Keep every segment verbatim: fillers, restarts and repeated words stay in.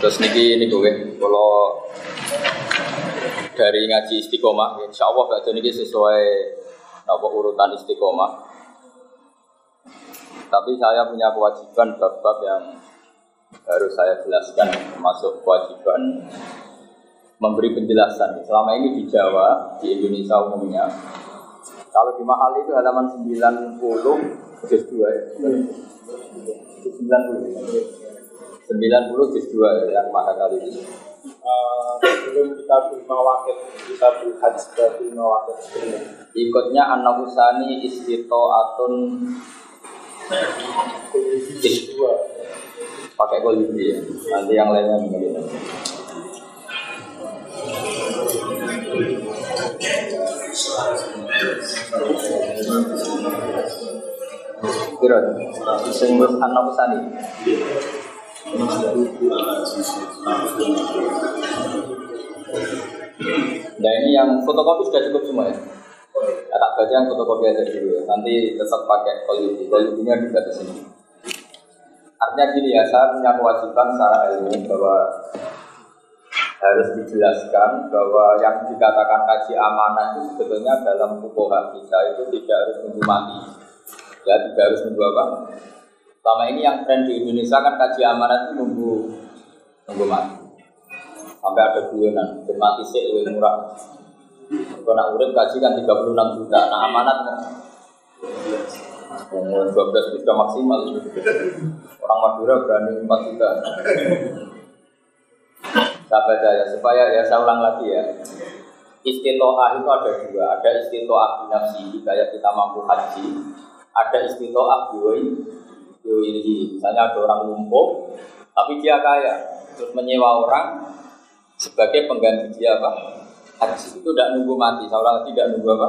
Terus niki niku nggih kula dari ngaji istiqomah insyaallah badhe niki sesuai napa urutan istiqomah. Tapi saya punya kewajiban bab-bab yang harus saya jelaskan, termasuk kewajiban memberi penjelasan. Selama ini di Jawa, di Indonesia umumnya, kalau di Mahal itu halaman sembilan puluh juz dua ya. sembilan puluh sembilan puluh juz dua ya, yang Mahal kali ini. Uh, sebelum kita terima wakil, kita berhaji sudah terima wakil sebelumnya. Ikutnya an-nafusani istito'atun juz dua. Pakai kolibri ya, nanti yang lainnya begini. Kira, sehingga anak pesani. Nah ini yang fotokopi sudah cukup semua ya. Ya tak baca yang fotokopi aja dulu ya. Nanti tetap pakai kolibri, kolibrinya juga di sini. Artinya gini ya, saya punya kewajiban secara ilmu bahwa harus dijelaskan bahwa yang dikatakan kaji amanah itu sebetulnya dalam fuqaha kita itu tidak harus nunggu mati. Ya tidak harus nunggu apa? Selama ini yang tren di Indonesia kan kaji amanah itu nunggu nunggu mati. Sampai ada guyonan, ben mati sik luwih murah. Kalau nak urip kaji kan tiga puluh enam juta, nah amanat kan umur dua belas itu sudah maksimal. Orang Madura berani empat juta. Saya baca ya, supaya ya saya ulang lagi ya. Istitoah itu ada dua, ada istitoah binafsi, kayak kita mampu haji. Ada istitoah biwai, biwai. Misalnya ada orang lumpuh, tapi dia kaya, terus menyewa orang sebagai pengganti dia apa? Haji. Itu tidak nunggu mati, saya ulang lagi tidak nunggu apa?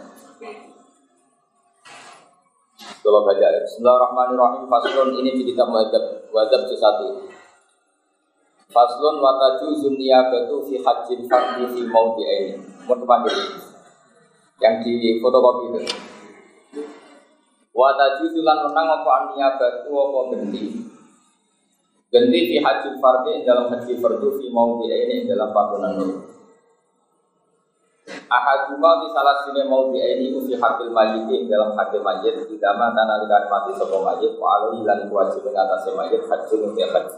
Kalau baca ya. Bismillahirrahmanirrahim. Faslun ini di kitab Wadzab, Wadzab satu. Faslun wa tajuzun niyabatu fi hajjin fardhi fi mawdi'aini. Mun kepanggil. Yang di fotokopi itu. Wa tajuzulan menang apa niyabatu apa genti. Genti fi hajjin fardhi dalam haji fardhu fi mawdi'aini dalam panggonan loro. Ahaduma di salah sini mau di ini usi hakil majid dalam hakil majid tidak mana nalikan mati sopo majid wa alaihi lan wajib atas majid haji untuk haji.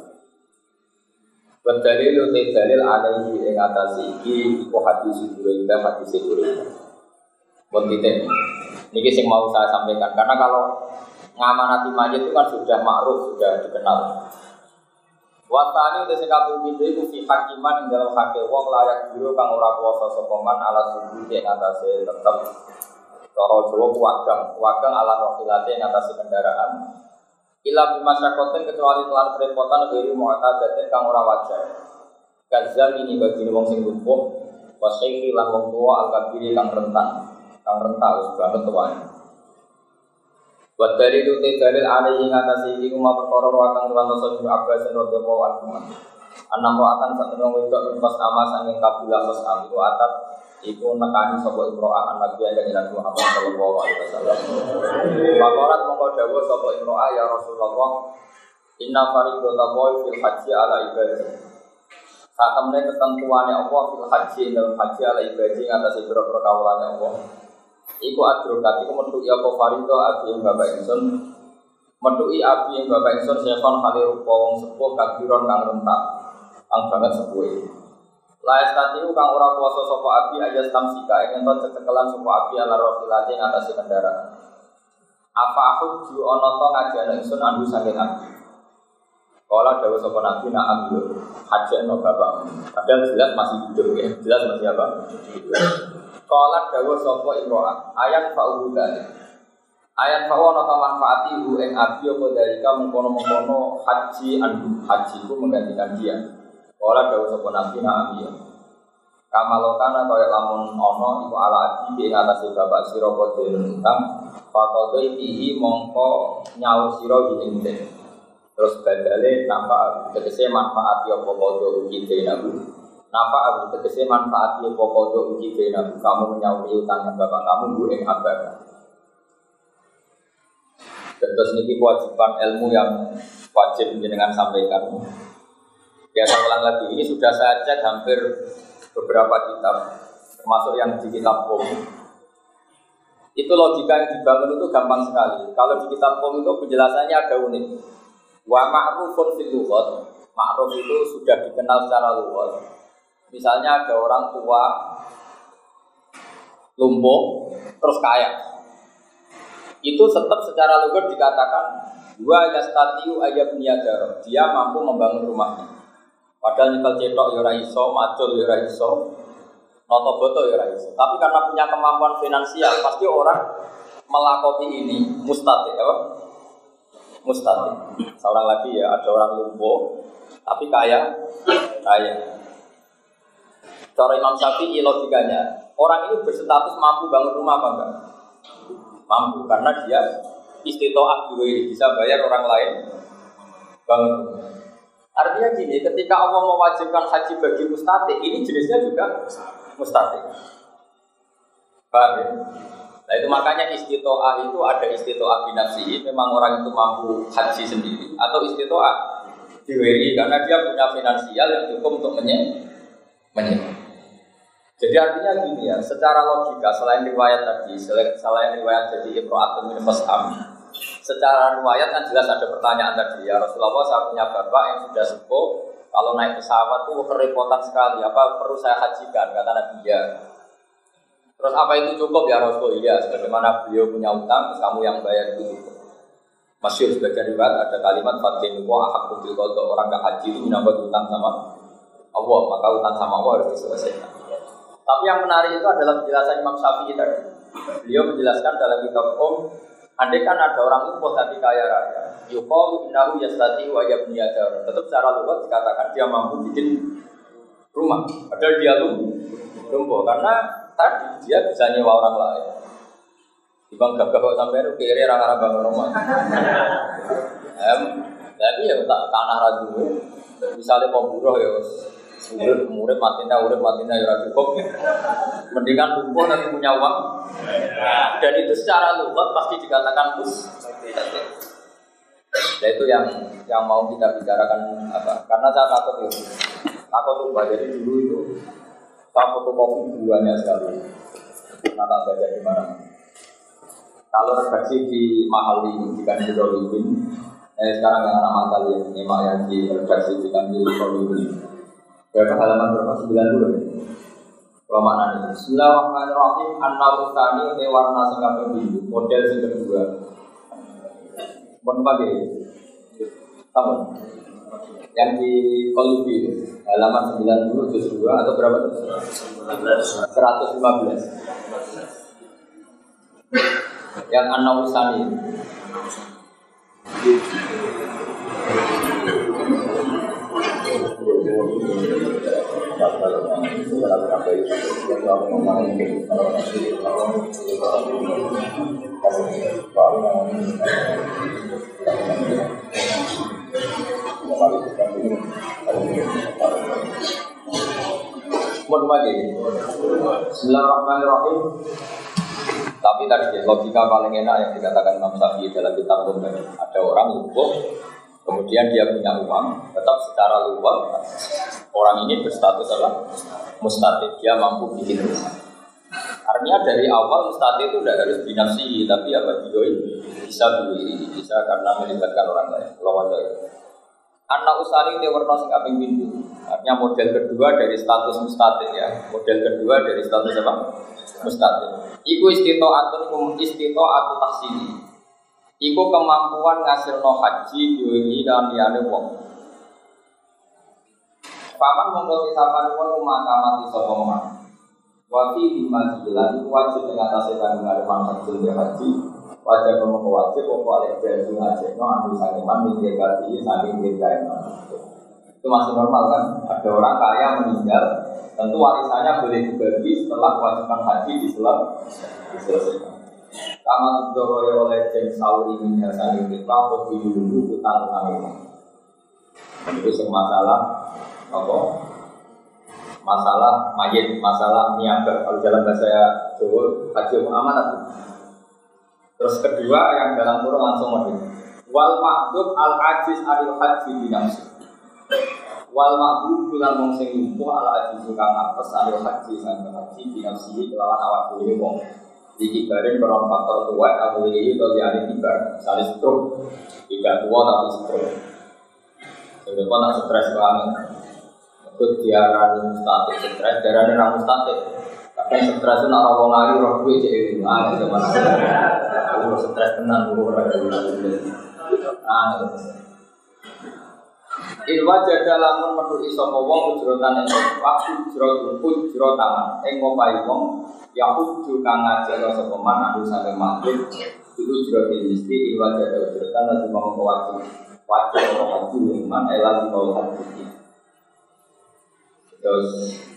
Berdalil uti dalil alaihi ing atas iki iku hadis Hurairah hadis Hurairah. Bontitek. Niki sing mau saya sampaikan karena kalau ngamanati majid itu kan sudah ma'ruf, sudah dikenal. Watani udah sekapung pintu itu fi hakiman yang dalam hakil wong layak biru kang ora kuasa sokoman ala subuh yang atasnya tetap cara Jawa wagang wagang ala rohilate yang atasnya kendaraan ilah bimasyakotin kecuali telan kerepotan dari mu'tadatin kang ora wajar gazam ini bagi wong sing lumpuh wasyikhi lan wong tua al-kabiri kang rentan kang rentan wis banget tuane. Buat dari itu dalil alaihi ngatasi iki kuma perkara wakang tuan Rasul Abbas radhiyallahu anhu. Anam roatan sak temen wedok pas ama sanging kabilah pas am itu atat iku nekani sapa imro'ah Nabi kanjeng Muhammad sallallahu alaihi wasallam. Pakorat mongko dawuh sapa imro'ah ya Rasulullah inna fariidata wa fil haji ala ibadi. Sak temene ketentuane Allah fil haji dalam haji ala ibadi ngatasi pira-pira kawulane Allah. Iku adrokat, iku mentuki apa farido abi yang bapak insun mentuki abi yang bapak insun sekon kali rupa wong sepuh kabiron kang rentak kang banget sepuh laes tadi kang ora kuasa sopa abi aja stamsika ingin ton cecekelan sopa abi ala rohilati ngatasi kendaraan apa aku ju onoto ngajana insun andu saking abi kalau dawa sopa nabi na ambil hajano bapak padahal jelas masih hidup ya jelas masih apa Qalat dawa sapa imro'ah ayat fa'uhu dalil ayat fa'u ana manfaati hu ing abi apa dalika mengkono-mengkono haji andu haji ku menggantikan dia ora dawa sapa nabi na abi kamalokana kaya lamun ana iku ala abi ing atase bapak sira padha utang faqadai bihi mongko nyaur sira ing den terus badale nampak tegese manfaati apa padha ugi denabu Nafak aku tegese manfaat ya pokok untuk uji bina kamu menyauri utangnya bapak kamu bu ing abad. Terus ini kewajiban ilmu yang wajib dengan sampaikan. Ya saya ulang lagi, ini sudah saya cek hampir beberapa kitab, termasuk yang di kitab Qom. Itu logika yang dibangun itu gampang sekali. Kalau di kitab Qom itu penjelasannya ada unik. Wa ma'rufun fil lughat. Ma'ruf itu sudah dikenal secara lughat. Misalnya ada orang tua lumpuh terus kaya. Itu tetap secara lughat dikatakan wa yastatiu ayyabniyadar. Dia mampu membangun rumahnya. Padahal nyekel cetok ya ora iso, macul ya ora iso, noto boto ya ora iso. Tapi karena punya kemampuan finansial, pasti orang melakoni ini mustati, apa? Mustati. Seorang lagi ya, ada orang lumpuh, tapi kaya, kaya. Cara Imam Syafi'i logikanya, orang ini berstatus mampu bangun rumah apa enggak? Mampu, karena dia istitoah juga bisa bayar orang lain bangun rumah. Artinya gini, ketika Allah mewajibkan haji bagi mustati, ini jenisnya juga mustati. Paham ya? Nah itu makanya istitoah itu ada istitoah binafsi. Memang orang itu mampu haji sendiri, atau istitoah diwiri karena dia punya finansial yang cukup untuk menye, menye. Jadi artinya gini ya, secara logika selain riwayat tadi, selain riwayat jadi imro'atun min fas'am, secara riwayat kan jelas ada pertanyaan tadi ya Rasulullah, saya punya bapak yang sudah sepuh, kalau naik pesawat itu kerepotan sekali, apa perlu saya hajikan? Kata Nabi ya. Terus apa itu cukup ya Rasulullah? Iya, sebagaimana beliau punya utang, terus kamu yang bayar itu cukup. Masyhur sebagian riwayat ada kalimat fatin wa ahqqu bil qada, orang enggak haji itu menambah utang sama Allah, maka utang sama Allah harus diselesaikan. Tapi yang menarik itu adalah penjelasan Imam Syafi'i tadi. Beliau menjelaskan dalam kitab Qom, andai kan ada orang lumpuh tapi kaya raya, yuqalu innahu yastati wa yabniyadar. Tetap secara lughat dikatakan dia mampu bikin rumah. Padahal dia lumpuh karena tadi dia bisa nyewa orang lain. Dibang gagah kok sampai itu kiri orang-orang bangun rumah. Em, tapi ya tak tanah ragu. Misalnya pemburuh ya, urip murid matinya urip matinya ya cukup. Mendingan lumpuh nanti punya uang. Dan itu secara lughat pasti dikatakan mus. Nah itu yang yang mau kita bicarakan apa? Karena saya takut itu, takut lupa. Jadi dulu itu saya fotokopi buahnya sekali. Karena tak baca di mana. Kalau redaksi di Mahalli di Kanjeng Rolibin, eh sekarang yang anak makal yang ini yang di redaksi di Kanjeng Rolibin. Berapa halaman berapa? sembilan puluh ya? Kalau maknanya Bismillahirrahmanirrahim. An-Nawr Tsani te warna sing kaping biru, model sing kedua. Mun pakai tahun yang di Kolubi halaman sembilan puluh juz dua atau berapa itu? seratus lima belas. Yang An-Nawr Tsani. Bismillahirrahmanirrahim. Tapi tadi logika paling enak yang dikatakan Imam Syafi'i dalam kitab Qom, ada orang lumpuh, kemudian dia punya uang, tetap secara luar orang ini berstatus apa? Mustati, dia mampu bikin rumah. Artinya dari awal mustati itu tidak harus binafsi, tapi apa dioi bisa berdiri, bisa karena melibatkan orang lain. Lawan dari anak usari itu warna sing kaping pintu. Artinya model kedua dari status mustati ya, model kedua dari status apa? Mustati. Iku istitoatun kum istitoatu tahsili. Iku kemampuan ngasilno haji diwi dan liyane wong. Paman mongko sisapan wong makaman iso omah. Wa fi lima jilan iku wajib ing atase kandungan manfaat haji. Wajib mongko wajib apa oleh jadi haji no anu sakeman minggir haji saking minggir itu masih normal kan? Ada orang kaya meninggal, tentu warisannya boleh dibagi setelah kewajiban haji diselesaikan. Kama tudoro oleh jen sauri minyak saking kita atau dulu utang utang itu semua masalah apa? Masalah mayit, masalah niaga. Kalau dalam bahasa Jawa haji amanat. Terus kedua yang dalam kurung langsung model wal ma'dud al ajiz anil haji binafsi. Wal ma'bud bulan wong sing lumpuh ala ajiz kang apes alil haji sang haji binafsihi kelawan awak dhewe wong. Iki bareng peron faktor tuwa aku iki to diane tiba. Salis stroke. Tidak tua tapi stroke. Jadi kok nak stres banget. Kok diarani mustatik stres, diarani ra mustatik. Tapi stres itu nak wong ayu roh duwe cek ah zaman. Aku stres tenan ora ora. Ah. Ilwa jada lamun metu sapa wong ujrotan ing waktu ujrot ujrot tangan ing omahe wong ya uju kang ngajak sapa man anu sampe makhluk itu ujrot mesti ilwa jada ujrotan lan mung wajib wajib wajib man elan kau hati. Terus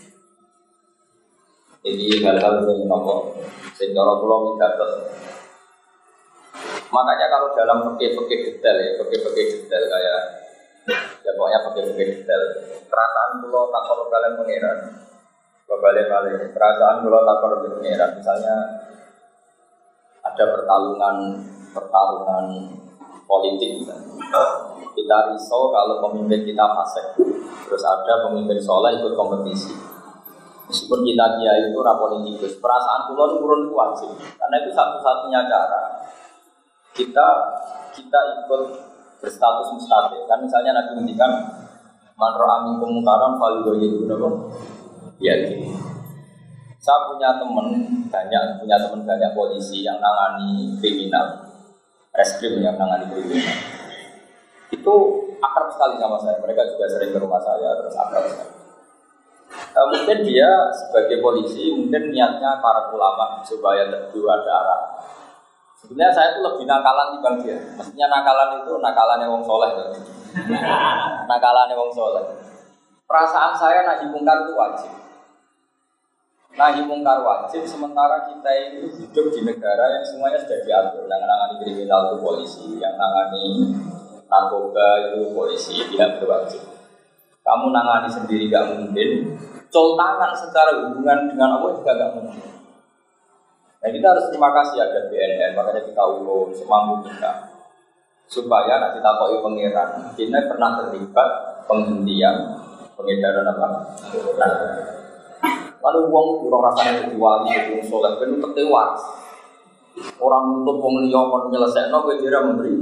ini hal-hal yang nopo sing cara kula migatos. Makanya kalau dalam fikih-fikih detail ya, fikih-fikih detail kayak ya pokoknya pakai-pakai detail. Perasaan pulau takor kalian pengiran, balik-balik. Perasaan pulau takor pengiran. Misalnya ada pertarungan, pertarungan politik. Misalnya. Kita risau kalau pemimpin kita fasik. Terus ada pemimpin soleh ikut kompetisi. Meskipun kita dia itu rapolitikus, perasaan pulau itu turun itu wajib. Karena itu satu-satunya cara kita kita ikut berstatus mustatik. Kan misalnya Nabi ngendikan man ra'a minkum munkaran falyughayyirhu ya. Saya punya teman banyak, punya teman banyak polisi yang nangani kriminal, reskrim yang nangani kriminal. Itu akrab sekali sama saya. Mereka juga sering ke rumah saya, terus akrab sekali. Uh, mungkin dia sebagai polisi, mungkin niatnya para ulama supaya berdua ada arah. Sebenarnya saya itu lebih nakalan dibanding dia. Maksudnya nakalan itu nakalannya wong soleh. Nakalannya wong soleh. Perasaan saya nahi mungkar itu wajib. Nahi mungkar wajib, sementara kita itu hidup di negara yang semuanya sudah diatur. Yang nangani kriminal itu polisi, yang nangani narkoba itu polisi, tidak berwajib. Kamu nangani sendiri gak mungkin. Col tangan secara hubungan dengan Allah juga gak mungkin. Nah kita harus terima kasih ada B N N, makanya kita urus semampu kita supaya nanti kita tahu pengiran kita pernah terlibat penghentian pengedaran apa? Nah, lalu uang kurang rasanya jadi wali, jadi soleh, penuh tertewa. Orang untuk uang liya kon nyelesaikan, gue kira memberi.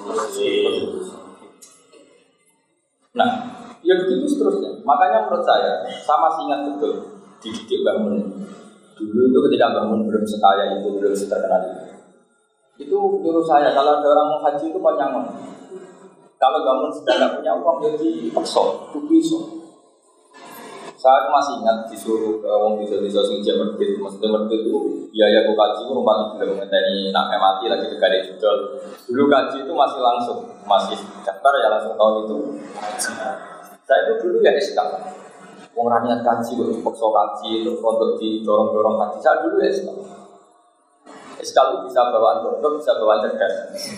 Nah, ya begitu seterusnya. Makanya menurut saya, sama masih ingat betul dididik bangun. Dulu itu ketika bangun belum sekaya itu, belum seterkenal itu. Itu nyuruh saya, kalau ada orang mau haji itu panjangan. Kalau bangun sudah tidak punya uang, jadi paksa, itu bisa. Saya masih ingat disuruh ke orang bisa-bisa sengaja merdek. Maksudnya merdek itu biaya ke kaji itu rumah belum mengenai nak mati lagi dekat di judul. Dulu kaji itu masih langsung, masih daftar ya langsung tahun itu. Saya itu dulu ya S K. Orang niat kaji, kok dipaksa kaji, terus untuk didorong-dorong kaji. Saya dulu S K. S K itu bisa bawaan bodoh, bisa bawaan cerdas.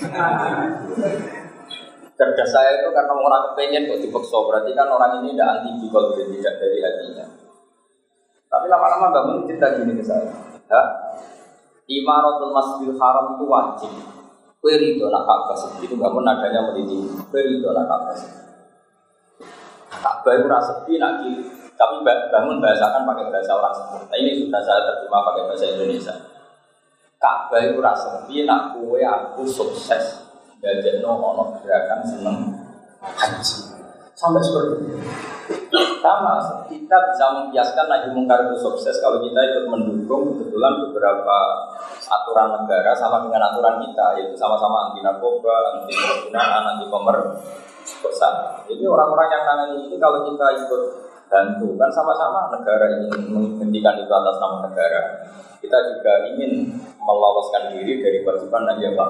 Cerdas saya itu karena orang kepengen kok dipaksa. Berarti kan orang ini tidak anti bikol, tidak dari hatinya. Tapi lama-lama bangun cerita gini ke saya. Ha? Imaratul Masjidil Haram itu wajib. Perido nak Ka'bah itu bangun nadanya meliti. Perido nak Ka'bah. Ka'bah itu rasa sepi nak kiri. Tapi bangun bahasakan pakai bahasa orang sebut. Nah, ini sudah saya terjemah pakai bahasa Indonesia. Ka'bah itu rasa sepi nak kue aku sukses. Gajah no ono gerakan seneng haji. Sampai seperti itu. Sama, kita bisa membiaskan nahi mungkar itu sukses kalau kita ikut mendukung kebetulan beberapa aturan negara sama dengan aturan kita, yaitu sama-sama anti narkoba, anti penggunaan, anti pemerkosaan. Jadi orang-orang yang nangani ini kalau kita ikut bantu, kan sama-sama negara ingin menghentikan itu atas nama negara. Kita juga ingin meloloskan diri dari kewajiban nahi apa.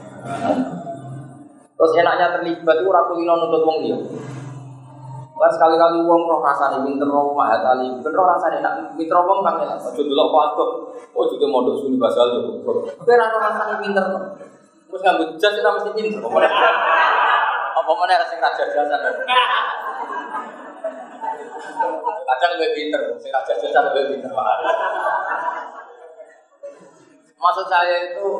Terus enaknya terlibat itu orang kulino nutut wong dia. Lah sekali-kali wong roh rasane pinter roh mahat ali, ben roh rasane nak pinter wong kang enak. Aja delok padha. Oh juga mondok suni basal yo. Kowe ora rasane pinter. Wis nganggo jas ora mesti pinter. Apa meneh sing raja jasan. Kadang lebih pinter, sing raja jasan lebih pinter. Maksud saya itu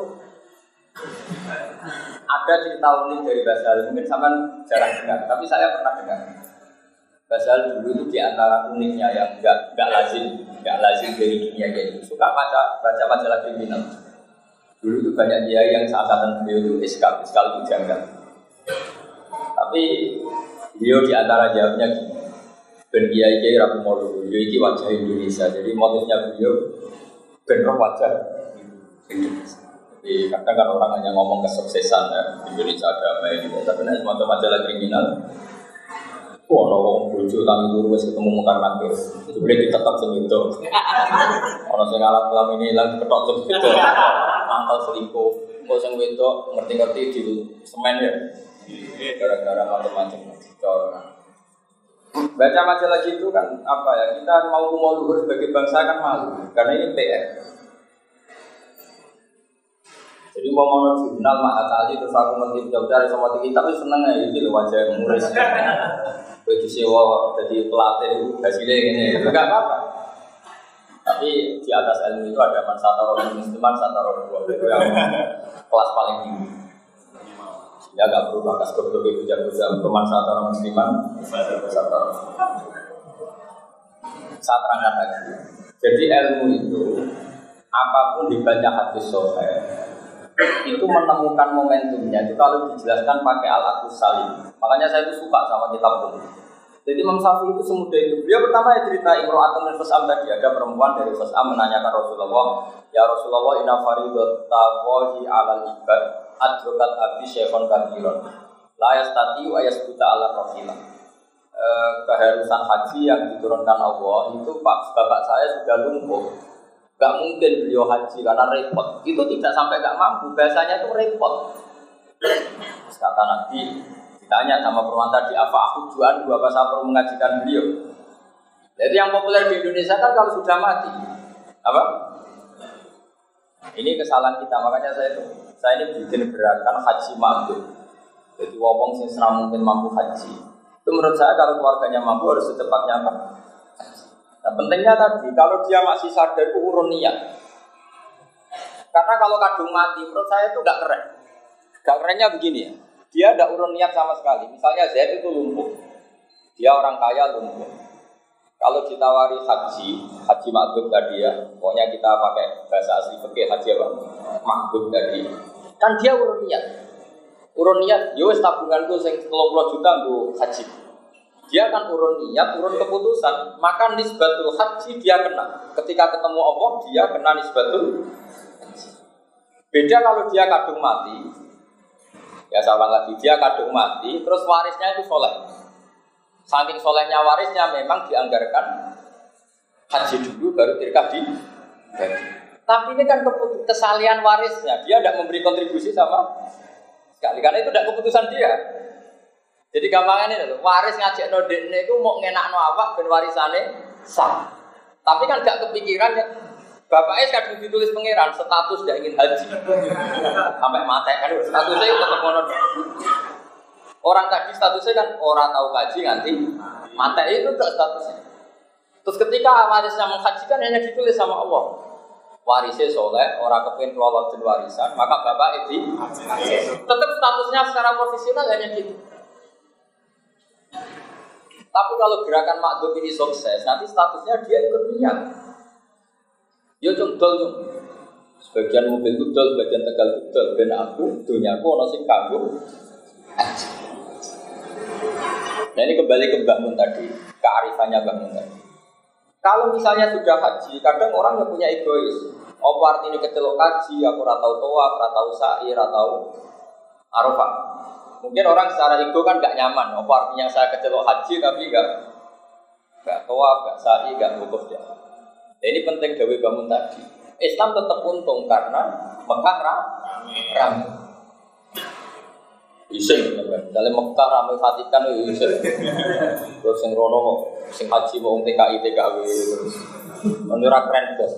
ada cerita unik dari Basal, mungkin sama jarang dengar, tapi saya pernah dengar. Padahal dulu itu diantara uniknya yang nggak nggak lazim, nggak lazim dari dunia jadi suka baca baca majalah kriminal. Dulu itu banyak kiai yang seangkatan beliau itu iskal, iskal itu janggal. Tapi beliau diantara jawabnya gini, ben kiai kiai rapi mulu, beliau ini wajah Indonesia, jadi motifnya beliau benar wajah Indonesia. Jadi kadang kan orang hanya ngomong kesuksesan ya, Indonesia damai gitu, tapi nanti semacam majalah kriminal. Wah, orang bojo tangi turu wis ketemu mungkar nakir. Jebule ditetep sing itu. Ana sing alat kelam ini lan ketok sing itu. Mangkal selingkuh. Kok sing wedok ngerti-ngerti di semen ya. Gara-gara macam-macam baca majalah gitu kan apa ya? Kita mau mau luhur sebagai bangsa kan malu. Karena ini P R. Jadi mau mau jurnal mahal kali terus aku ngerti jauh-jauh sama kita tapi seneng ya ini wajah muris. Begitu sewa jadi pelatih hasilnya ini, enggak apa-apa. Tapi di atas ilmu itu ada mansataro musliman, mansataro dua itu yang kelas paling tinggi. Ya enggak perlu bakas goblok itu jago-jago mansataro musliman, mansataro. Saya terangkan lagi. Jadi ilmu itu apapun dibaca hadis sahih itu menemukan momentumnya itu kalau dijelaskan pakai al-aqus salim. Makanya saya itu suka sama kitab ini. Jadi Imam Syafi'i itu semudah itu. Dia pertama ya cerita Imro'atun min Fas'am tadi, ada perempuan dari Fas'am menanyakan Rasulullah, ya Rasulullah inna faridatallahi 'alal ibad adrokat abi syekhon kabiron la yastati'u ayasbuta ala rafilah. E, keharusan haji yang diturunkan Allah itu Pak bapak saya sudah lumpuh. Gak mungkin beliau haji karena repot. Itu tidak sampai gak mampu, bahasanya itu repot. Kata Nabi, ditanya sama perempuan tadi, apa aku jualan dua pas perlu mengajikan beliau. Jadi yang populer di Indonesia kan kalau sudah mati, apa? Ini kesalahan kita, makanya saya itu, saya ini bikin gerakan haji mabrur. Jadi wong sing senang mungkin mampu haji. Itu menurut saya kalau keluarganya mampu harus secepatnya apa? Nah, pentingnya tadi, kalau dia masih sadar itu urun niat. Karena kalau kadung mati, menurut saya itu gak keren. Gak kerennya begini ya, dia tidak urun niat sama sekali. Misalnya Z itu lumpuh, dia orang kaya lumpuh. Kalau ditawari haji, haji makbul tadi ya, pokoknya kita pakai bahasa asli fikih haji apa? Makbul tadi. Kan dia urun niat. Urun niat, yo tabunganku sing tiga puluh juta untuk haji. Dia kan urun niat, urun keputusan, maka nisbatul haji dia kena. Ketika ketemu Allah, dia kena nisbatul haji. Beda kalau dia kadung mati, ya saya ulang lagi, dia kadung mati, terus warisnya itu soleh. Saking solehnya warisnya memang dianggarkan haji dulu, baru tirkah di haji. Tapi ini kan kesalian warisnya, dia tidak memberi kontribusi sama sekali, karena itu tidak keputusan dia. Jadi gampangnya ini, waris ngajak nodeknya itu mau ngenak no awak ben warisane sah. Tapi kan gak kepikiran ya, bapaknya kadang ditulis pangeran status tidak ingin haji sampai mati kan statusnya itu tetap mono. Orang tadi statusnya kan orang tahu haji nanti mati itu tidak statusnya. Terus ketika warisnya menghajikan hanya ditulis sama Allah. Warisnya soleh, orang kepingin kelolot di warisan, maka bapak itu tetap statusnya secara profesional hanya gitu. Tapi kalau gerakan makdum ini sukses, nanti statusnya dia ikut niat. Yo cung dol cung. Sebagian mobil itu dol, sebagian tegal itu dol. Ben aku, dunia aku ono sing kanggo. Nah ini kembali ke Mbah Mun tadi, kearifannya Mbah Mun tadi. Kalau misalnya sudah haji, kadang orang yang punya egois. Apa artinya kecelok haji, aku ratau toa, ratau sa'i, ratau arafah. Mungkin orang secara ego kan gak nyaman. Apa artinya saya kecelok haji tapi gak gak toa, gak sa'i, gak wukuf dia. Nah, ini penting Dawe Bangun tadi. Islam tetap untung karena Mekah ramai. Isin, misalnya Mekah ramai Vatikan itu isin. Terus yang rono, sing haji mau T K I T K W terus menurut keren bos.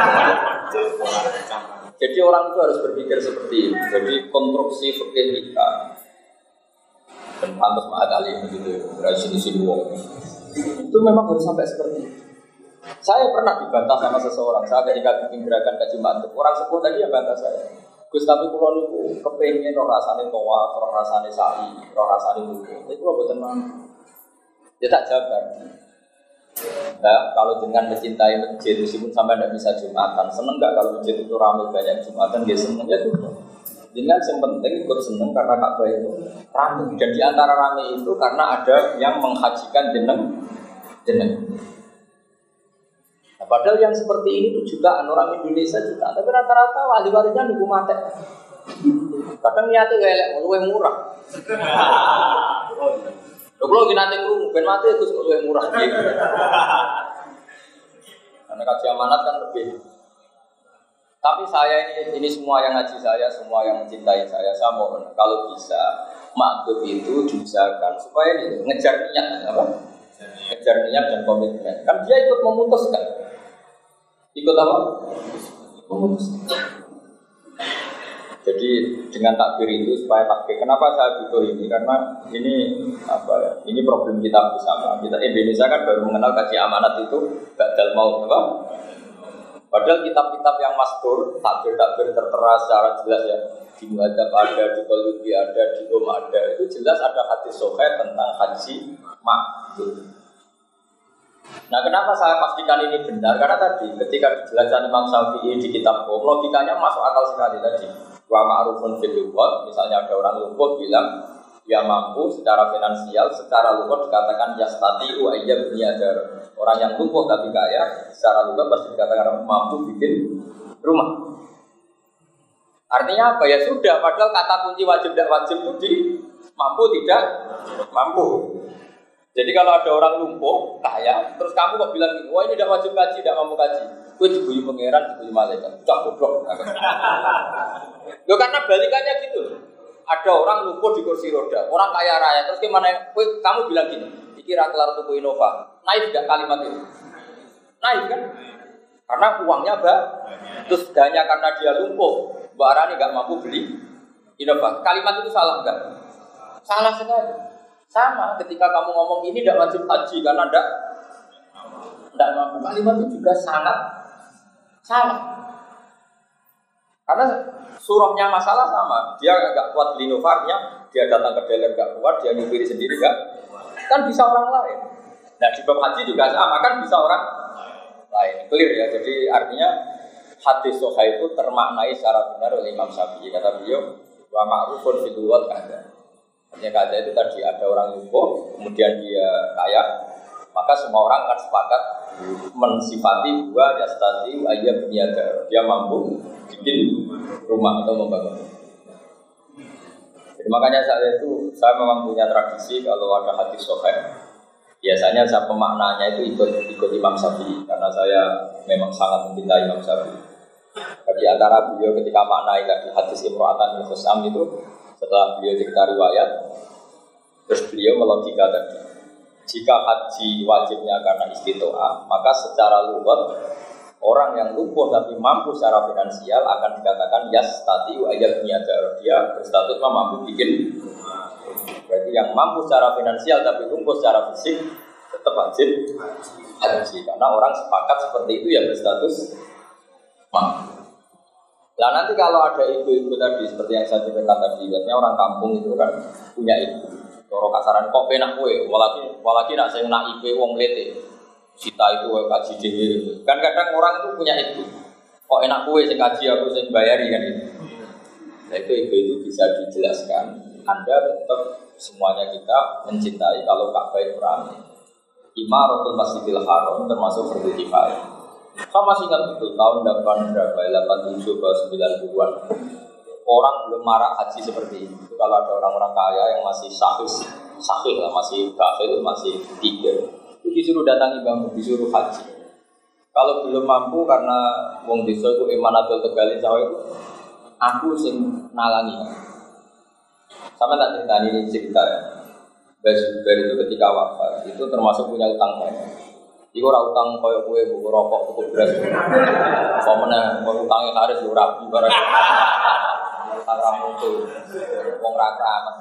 Jadi orang itu harus berpikir seperti ini. Jadi konstruksi fikih kita dan pantas ma'adali begitu, dari sini-sini wong. Itu memang harus sampai seperti itu. Saya pernah dibantah sama seseorang, saya ketika bikin gerakan kaji mantuk, orang sepuh tadi yang bantah saya. Gus tapi kalau niku kepengen roh rasane toa, roh rasane sa'i, roh rasane wudu. Itu kalau buatan mampu. Ya tak jabar. Nah, kalau dengan mencintai masjid, meskipun sampai tidak bisa Jumatan, seneng nggak kalau masjid itu ramai banyak Jumatan? Dia seneng ya sudah. Dengan yang penting ikut seneng karena Ka'bah itu ramai. Dan di antara ramai itu karena ada yang menghajikan jeneng jeneng. Nah, padahal yang seperti ini itu jutaan orang Indonesia juga, tapi rata-rata wali-walinya nunggu mati. Kadang niatnya kayak lebih murah. Kalau kita nanti kerumuh, ben mati itu lebih murah. Karena kaji amanat kan lebih. Tapi saya ini, ini semua yang ngaji saya, semua yang mencintai saya, saya mohon kalau bisa makhluk itu diusahakan supaya ini ngejar niat, apa? Ngejar niat dan komitmen. Kan dia ikut memutuskan. Ikut apa? Memutuskan. Jadi dengan takbir itu supaya takbir. Kenapa saya butuh ini? Karena ini apa ya? Ini problem kita bersama. Kita Indonesia kan baru mengenal kaji amanat itu badal maut, apa? Padahal kitab-kitab yang mastur takbir-takbir tertera secara jelas ya. Di Muhadzab ada, di Qulubi ada, di Qom ada. Itu jelas ada hadis sahih tentang haji mabrur. Nah, kenapa saya pastikan ini benar? Karena tadi ketika dijelaskan Imam Syafi'i di kitab Qom, logikanya masuk akal sekali tadi. Wa ma'rufun fil lughah, misalnya ada orang lughah bilang dia mampu secara finansial, secara lughah dikatakan yastati'u ayyab niyadar. Orang yang lumpuh tapi kaya, secara lughah pasti dikatakan mampu bikin rumah. Artinya apa? Ya sudah, padahal kata kunci wajib tidak wajib itu di mampu tidak mampu. Jadi kalau ada orang lumpuh, kaya, terus kamu kok bilang gini, wah ini tidak wajib kaji, tidak mampu kaji. Gue dibuyu pangeran, dibuyu malaikat, cak goblok. Loh karena balikannya gitu. Ada orang lumpuh di kursi roda, orang kaya raya, terus gimana? Gue, kamu bilang gini, dikira kelar tuku Innova, naik tidak kalimat itu? Naik kan? Karena uangnya banyak. Terus hanya karena dia lumpuh, Mbak Arani nggak mampu beli Innova. Kalimat itu salah nggak? Salah sekali. Sama ketika kamu ngomong ini tidak wajib haji karena tidak tidak mampu. Kalimat itu juga sangat salah. Karena surahnya masalah sama. Dia agak kuat beli Innova-nya, dia datang ke dealer gak kuat, dia nyupiri sendiri gak. Kan bisa orang lain. Nah di bab haji juga sama, kan bisa orang lain. Clear ya. Jadi artinya hadis sahih itu termaknai secara benar oleh Imam Syafi'i. Kata beliau, wa ma'rufun fil lughah kada. Artinya kada itu tadi ada orang lumpuh, kemudian dia kaya, maka semua orang akan sepakat mensifati dua yastati ayyab niyadar. Dia mampu bikin rumah atau membangun. Jadi makanya saya itu saya memang punya tradisi kalau ada hadis sahih. Biasanya saya pemaknanya itu ikut ikut Imam Syafi'i karena saya memang sangat mencintai Imam Syafi'i. Di antara beliau ketika maknai tadi hadis Imro'atan bin Khusam itu setelah beliau cerita riwayat, terus beliau melogika tadi. Jika haji wajibnya karena istitoah, maka secara lugat orang yang lumpuh tapi mampu secara finansial akan dikatakan yastati wa ayyadniyadar. Dia berstatus mampu bikin. Berarti yang mampu secara finansial tapi lumpuh secara fisik tetap wajib haji. Karena orang sepakat seperti itu ya berstatus mampu. Nah nanti kalau ada ibu-ibu tadi seperti yang saya ceritakan tadi, biasanya orang kampung itu kan punya ibu. Kalau kasaran kok penak kue, walaki walaki nak saya nak ibu wong lete. Sita itu kaji dewi. Kan kadang orang itu punya ibu. Kok enak kue sing kaji aku sing bayari kan itu. Nah itu ibu itu bisa dijelaskan. Anda tetap semuanya kita mencintai kalau Ka'bah itu ramai. Imaratul Masjidil Haram termasuk fardhu kifayah. Saya masih ingat betul tahun delapan berapa, delapan tujuh ke sembilan puluhan. Orang belum marah haji seperti itu. Kalau ada orang-orang kaya yang masih sahih, sahih lah, masih bakhil, masih tiga, itu disuruh datangi bangku, disuruh haji. Kalau belum mampu karena wong desa itu Imanatul Tegalin Jawa itu, aku sing nalangi. Sama tak cerita ini cerita ya. Mbah Zubair itu ketika wafat itu termasuk punya utang banyak. Iku ora utang koyo kowe buku rokok, buku beras. Apa meneh utangnya karis yo rapi barang. Utang ra mutu. Wong ra kramat.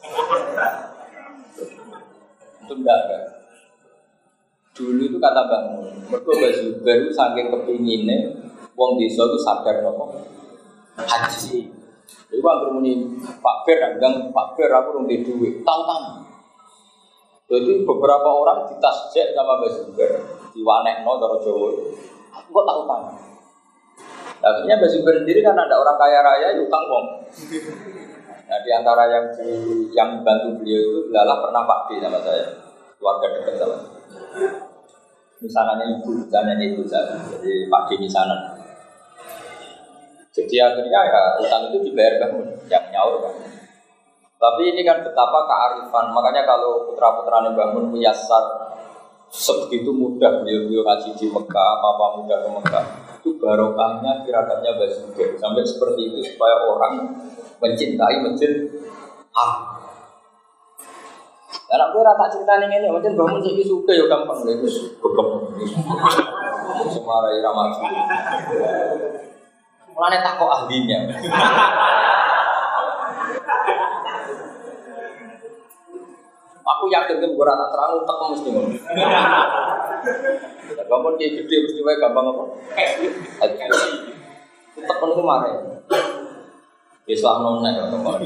Itu enggak kan. Dulu itu kata Mbah Mun, mergo Mbah Zubair itu saking kepingine wong desa itu sadar nopo haji. Iku anggere muni Pak Ber ndang Pak Ber aku rung duwe, tau-tau. Jadi beberapa orang ditasjek sama Mbak Zubair, diwanekno cara Jawa. Kok tak utang? Akhirnya Mbak Zubair sendiri kan ada orang kaya raya utang wong. Nah di antara yang di, yang bantu beliau itu belalah pernah Pak D sama saya, keluarga dekat sama saya. Misalnya ibu, misalnya ibu saya, jadi Pak D misalnya. Jadi akhirnya ya utang itu dibayar bangun, yang nyaur kan. Tapi ini kan betapa kearifan, makanya kalau putra-putranya bangun Muyassar sebegitu mudah beliau-beliau ngaji di Mekah, apa mudah ke Mekah, itu barokahnya kiragatnya Basuki sampai seperti itu supaya orang mencintai masjid ah. Karena gue rata ceritanya ini, macam bangun saya suka ya gampang, itu begem, semarai ramah. Mulanya tak kok ahlinya. Aku yakin kan gue rata terang tak mesti ngono. Bangun dia gede mesti wae gampang apa? Tak perlu marah. Islam nona ya teman.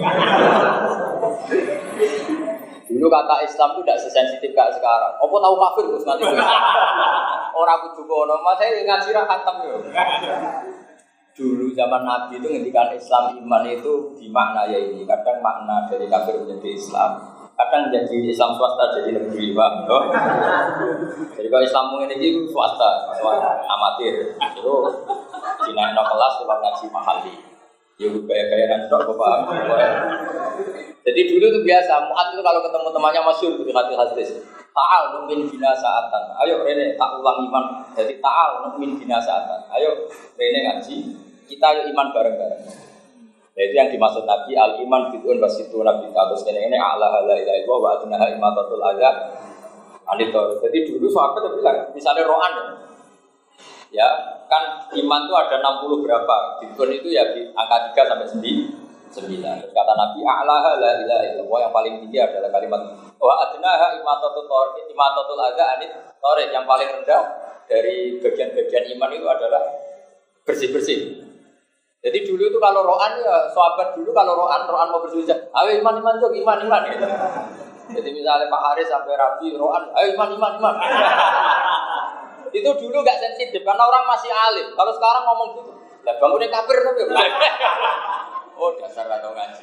Dulu kata Islam itu tidak sesensitif kayak sekarang. Apa tahu kafir terus nanti? Orang kudu kono, mas saya ngaji ra khatam yo. Dulu zaman Nabi itu ngendikan Islam iman itu dimakna ya ini. Kadang makna dari kafir menjadi Islam. Kadang jadi Islam swasta jadi negeri, Pak. Oh. Jadi kalau Islam ini itu swasta, swasta amatir. Itu dinaikno kelas lewat ngaji mahali. Ya gaya-gaya nanti Bapak. Jadi dulu itu biasa, Mu'ad itu kalau ketemu temannya masyhur di hadis-hadis. Ta'al nu'min bina sa'atan. Ayo Rene tak ulang iman. Jadi ta'al nu'min bina sa'atan. Ayo Rene ngaji, kita ayo iman bareng-bareng. Jadi yang dimaksud Nabi al-iman bid'un wasitu nabi terus ini a'la la ilaha illallah wa adnaha imatatul adza anito. Jadi dulu sahabat itu bilang misalnya ro'an ya kan iman itu ada enam puluh berapa, bid'un itu ya di angka tiga sampai sembilan. Terus kata Nabi a'la la ilaha illallah yang paling tinggi adalah kalimat wa adnaha imatatul imatatul adza anit tariq, yang paling rendah dari bagian-bagian iman itu adalah bersih-bersih. Jadi dulu itu kalau ro'an ya sahabat dulu kalau ro'an ro'an mau bersuci, ayo iman iman jog iman iman gitu. Jadi misalnya Pak Haris sampai Rabi ro'an, ayo iman iman iman. Itu dulu nggak sensitif karena orang masih alim. Kalau sekarang ngomong gitu, lah bangunnya kafir tapi. Oh dasar atau ngaji.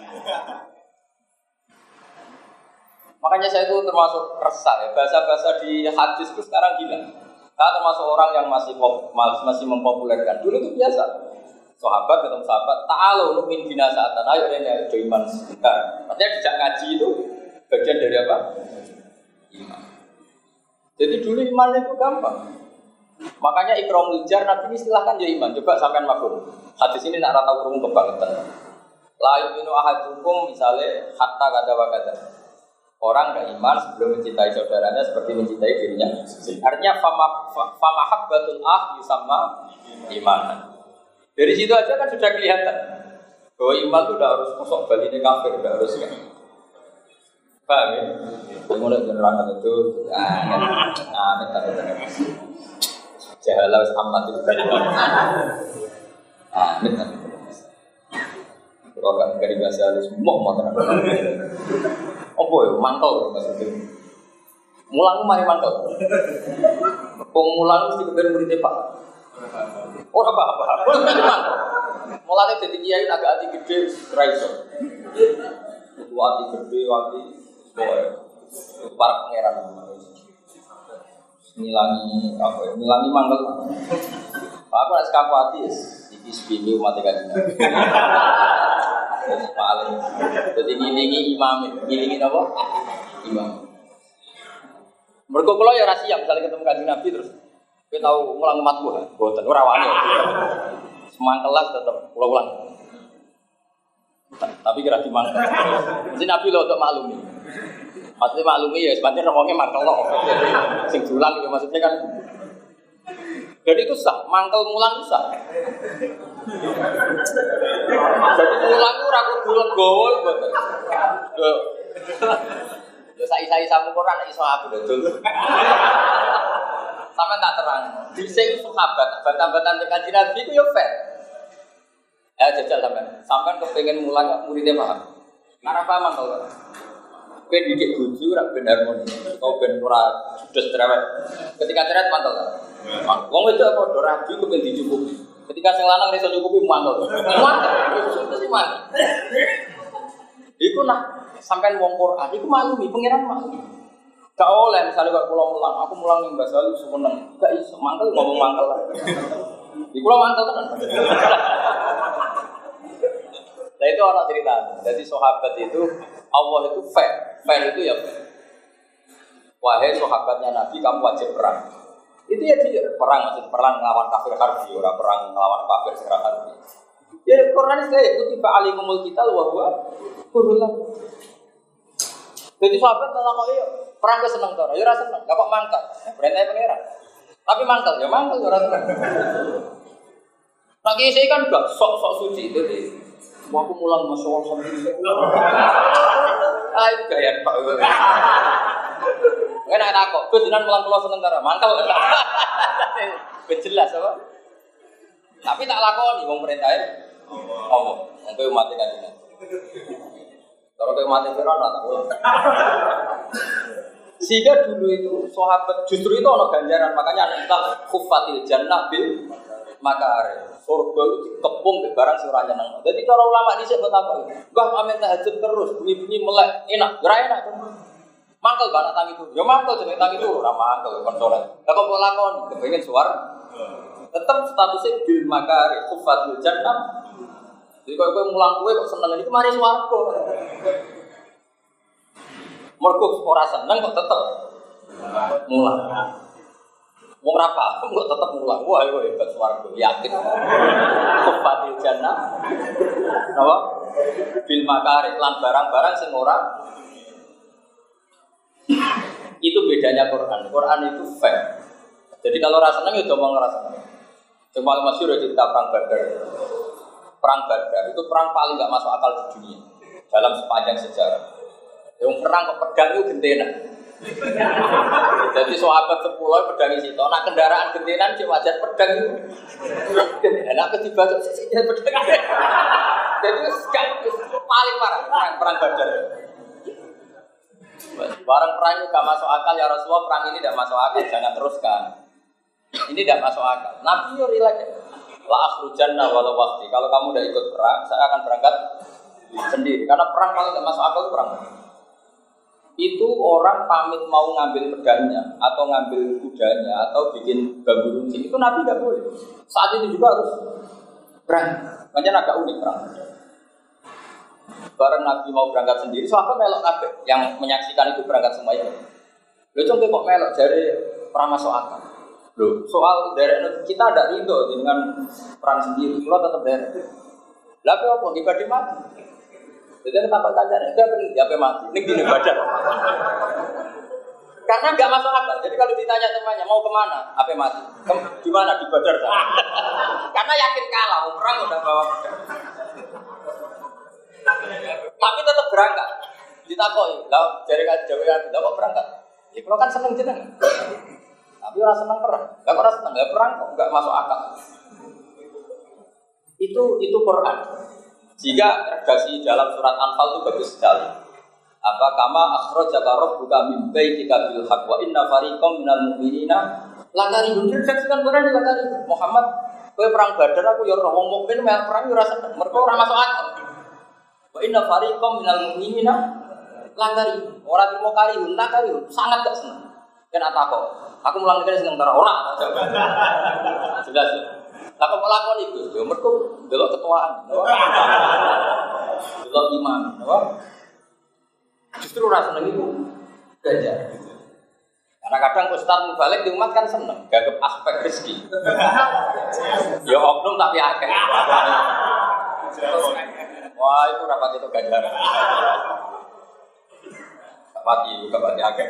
Makanya saya itu termasuk resah ya bahasa-bahasa di hadis itu sekarang gila. Saya termasuk orang yang masih masih mempopulerkan. Dulu itu biasa. Sahabat ketemu sahabat, ta'alu nu'min bina sa'atan. Ayo Rene do iman sebentar. Maksudnya dijak ngaji itu bagian dari apa? Iman. Jadi dulu iman itu gampang. Makanya ikramul jar Nabi ini silahkan ya iman. Coba sampean mafhum. Hadis ini nak tahu krungu kebangetan. La yu'minu ahadukum misalnya hatta kata wa kata. Orang enggak iman sebelum mencintai saudaranya seperti mencintai dirinya. Artinya famahabbatul ah yusamma imanan. Dari situ aja kan sudah kelihatan bahwa iman itu udah harus kosong baliknya kafir, udah harus kan. Paham ya? Mulai menerangkan itu, ah, ah, minta minta. Jahalah amat itu kan. Ah, minta minta. Kalau kan dari bahasa halus, mau mau tenang. Oh boy, mantel maksudnya. Mulang mari mantel. Pemulang mesti kemudian muridnya Pak. Oh apa-apa, boleh teman. Mulanya jadi kiai agak hati gede, raiso. Itu hati gede, hati boy. Itu para pangeran. Nilangi apa ya? Nilangi mangkel. Aku nak sekapati, iki sepindu mati kajian. Paling. Jadi ngilingi imam, ngilingi apa? Imam. Mereka kalau ya rahasia, misalnya ketemu kajian Nabi terus. Kita tahu ngulang matku, boten ora wani. Semang kelas tetap ulang-ulang. Tapi kira di mangkel. Mesti Nabi lo untuk maklumi. Maksudnya maklumi ya sebenarnya ngomongnya mangkel lo. Sing dulang itu maksudnya kan. Jadi itu sah, mangkel mulang sah. Jadi mulang itu ragu bulat gol boten. Yo sai-sai samu Quran iso aku betul. Sampai tak terang. Dhisik sahabat, batan-batan tekan Nabi itu ya fair. Ya jajal sampean. Sampean kepengin mulang muridnya paham. Karena paham kalau Ben didik bojo ora ben harmoni. Kau ben ora judes cerewet. Ketika cerewet mantel. Wong wedok padha rabi kepen dicukupi. Ketika sing lanang iso nyukupi mantel. Mantel. Terus mantel. Iku nah sampean wong Quran iku maklumi pengiran maklumi. Gak oleh misalnya kok kula mulang, aku mulang ning Mbah Salu semeneng. Gak iso mantel ngomong mantel. Iku kula mantel tenan. Nah itu orang cerita. Jadi sahabat itu Allah itu fair, fair itu ya fair. Wahai sahabatnya Nabi, kamu wajib perang. Itu ya dia perang, maksud perang melawan kafir harbi, orang perang melawan kafir secara harbi. Ya Quran itu ya kutiba alikumul qital wa huwa kurullah. Jadi sahabat tanya kok iya perang ke seneng to, ya ora seneng, gak kok mangkat. Perintah pangeran. Tapi mangkel ya mangkel ya ora seneng. Nah kisi kan gak sok-sok suci jadi aku mulang masuk Allah sendiri. Ayo gaya Pak. Enak tak kok, gue jenengan mulang pulau sementara, mangkel. Jelas apa? Tapi tak lakoni, wong perintahnya ngomong, ngomong umat kan jenengan. Kalau ke umat itu orang tak pulang. Sehingga dulu itu sahabat justru itu ono ganjaran, makanya ada kita khufatil jannah bil makare. Surga itu dikepung di barang sing ora nyeneng. Jadi cara ulama dhisik kok apa? Mbah amin tahajud terus, bunyi-bunyi melek, enak, ora enak. Mangkel banget tangi turu. Ya mangkel jenenge tangi turu, ora mangkel kon salat. Lah kok kok lakon kepengin suar. Tetep statusnya bil makare, khufatil jannah. Jadi kok kowe mulang kowe kok seneng iki mari swarga. Mergo ora seneng kok tetep mulang. Wong ra paham kok tetep mulang. Wah, iku hebat swarga, yakin. Kufatil jannah. Napa? Bil makari lan barang-barang sing ora. Itu bedanya Quran. Quran itu fair. Jadi kalau ora seneng ya omong ora seneng. Cuma masyhur cerita perang Badar. Perang Badar itu perang paling enggak masuk akal di dunia dalam sepanjang sejarah. Yang perang kok pedang itu gentena. Jadi sahabat sepuluh pedang isi. Nak kendaraan gentenan cek wajar pedang itu. Enak ketiba cek sisinya pedang. Jadi sekarang paling parah perang perang Badar. Barang perang itu gak masuk akal ya Rasulullah, perang ini tidak masuk akal, jangan teruskan. Ini tidak masuk akal. Nabi yo relax. La akhrujanna walau waqti. Kalau kamu udah ikut perang, saya akan berangkat sendiri. Karena perang paling tidak masuk akal itu perang. Itu orang pamit mau ngambil pedangnya atau ngambil kudanya atau bikin bambu runcing itu Nabi nggak boleh. Saat itu juga harus perang. Makanya agak unik perang. Bareng Nabi mau berangkat sendiri, sahabat melok kabeh. Yang menyaksikan itu berangkat semuanya. Lho congke kok melok jare perang masuk akal. Loh, soal derek kita ada ridho dengan perang sendiri. Kalau tetap derek. Lah kok ibadah mati. Jadi kita tanya, enggak penting apa mati, ini gini badan. Karena enggak masuk akal. Jadi kalau ditanya temannya mau kemana, apa mati? Di mana di Badar? Karena yakin kalah, perang udah bawa pedang. Tapi tetap berangkat. Ditakoi, lah jari kan Jawa kan, lah kok berangkat? Ya kalau kan seneng jeneng. Tapi orang seneng perang. Enggak orang seneng, enggak perang kok enggak masuk akal. Itu itu Quran. Jika redaksi dalam surat Anfal itu bagus sekali. Apa kama akhrajaka rabbuka min baitika bil haqq wa inna fariqam minal mu'minina lakarihun. Redaksikan Quran lakari. Muhammad, kowe perang Badar aku ya ora wong mukmin mel perang ya ora seneng. Mergo ora masuk akal. Wa inna fariqam minal mu'minina lakarihun. Ora trimo karihun, lakarihun. Sangat gak seneng. Kena takok. Aku mulang iki seneng ora ora. Jelas. Lah kok lakon iku? Ya mergo delok ketuaan. Delok imam, apa? Justru ora seneng iku ganjar. Karena kadang ustaz mubalik di umat kan seneng, gagap aspek rezeki. Ya oknum tapi akeh. Wah, itu rapat itu ganjaran. Rapat itu rapat akeh.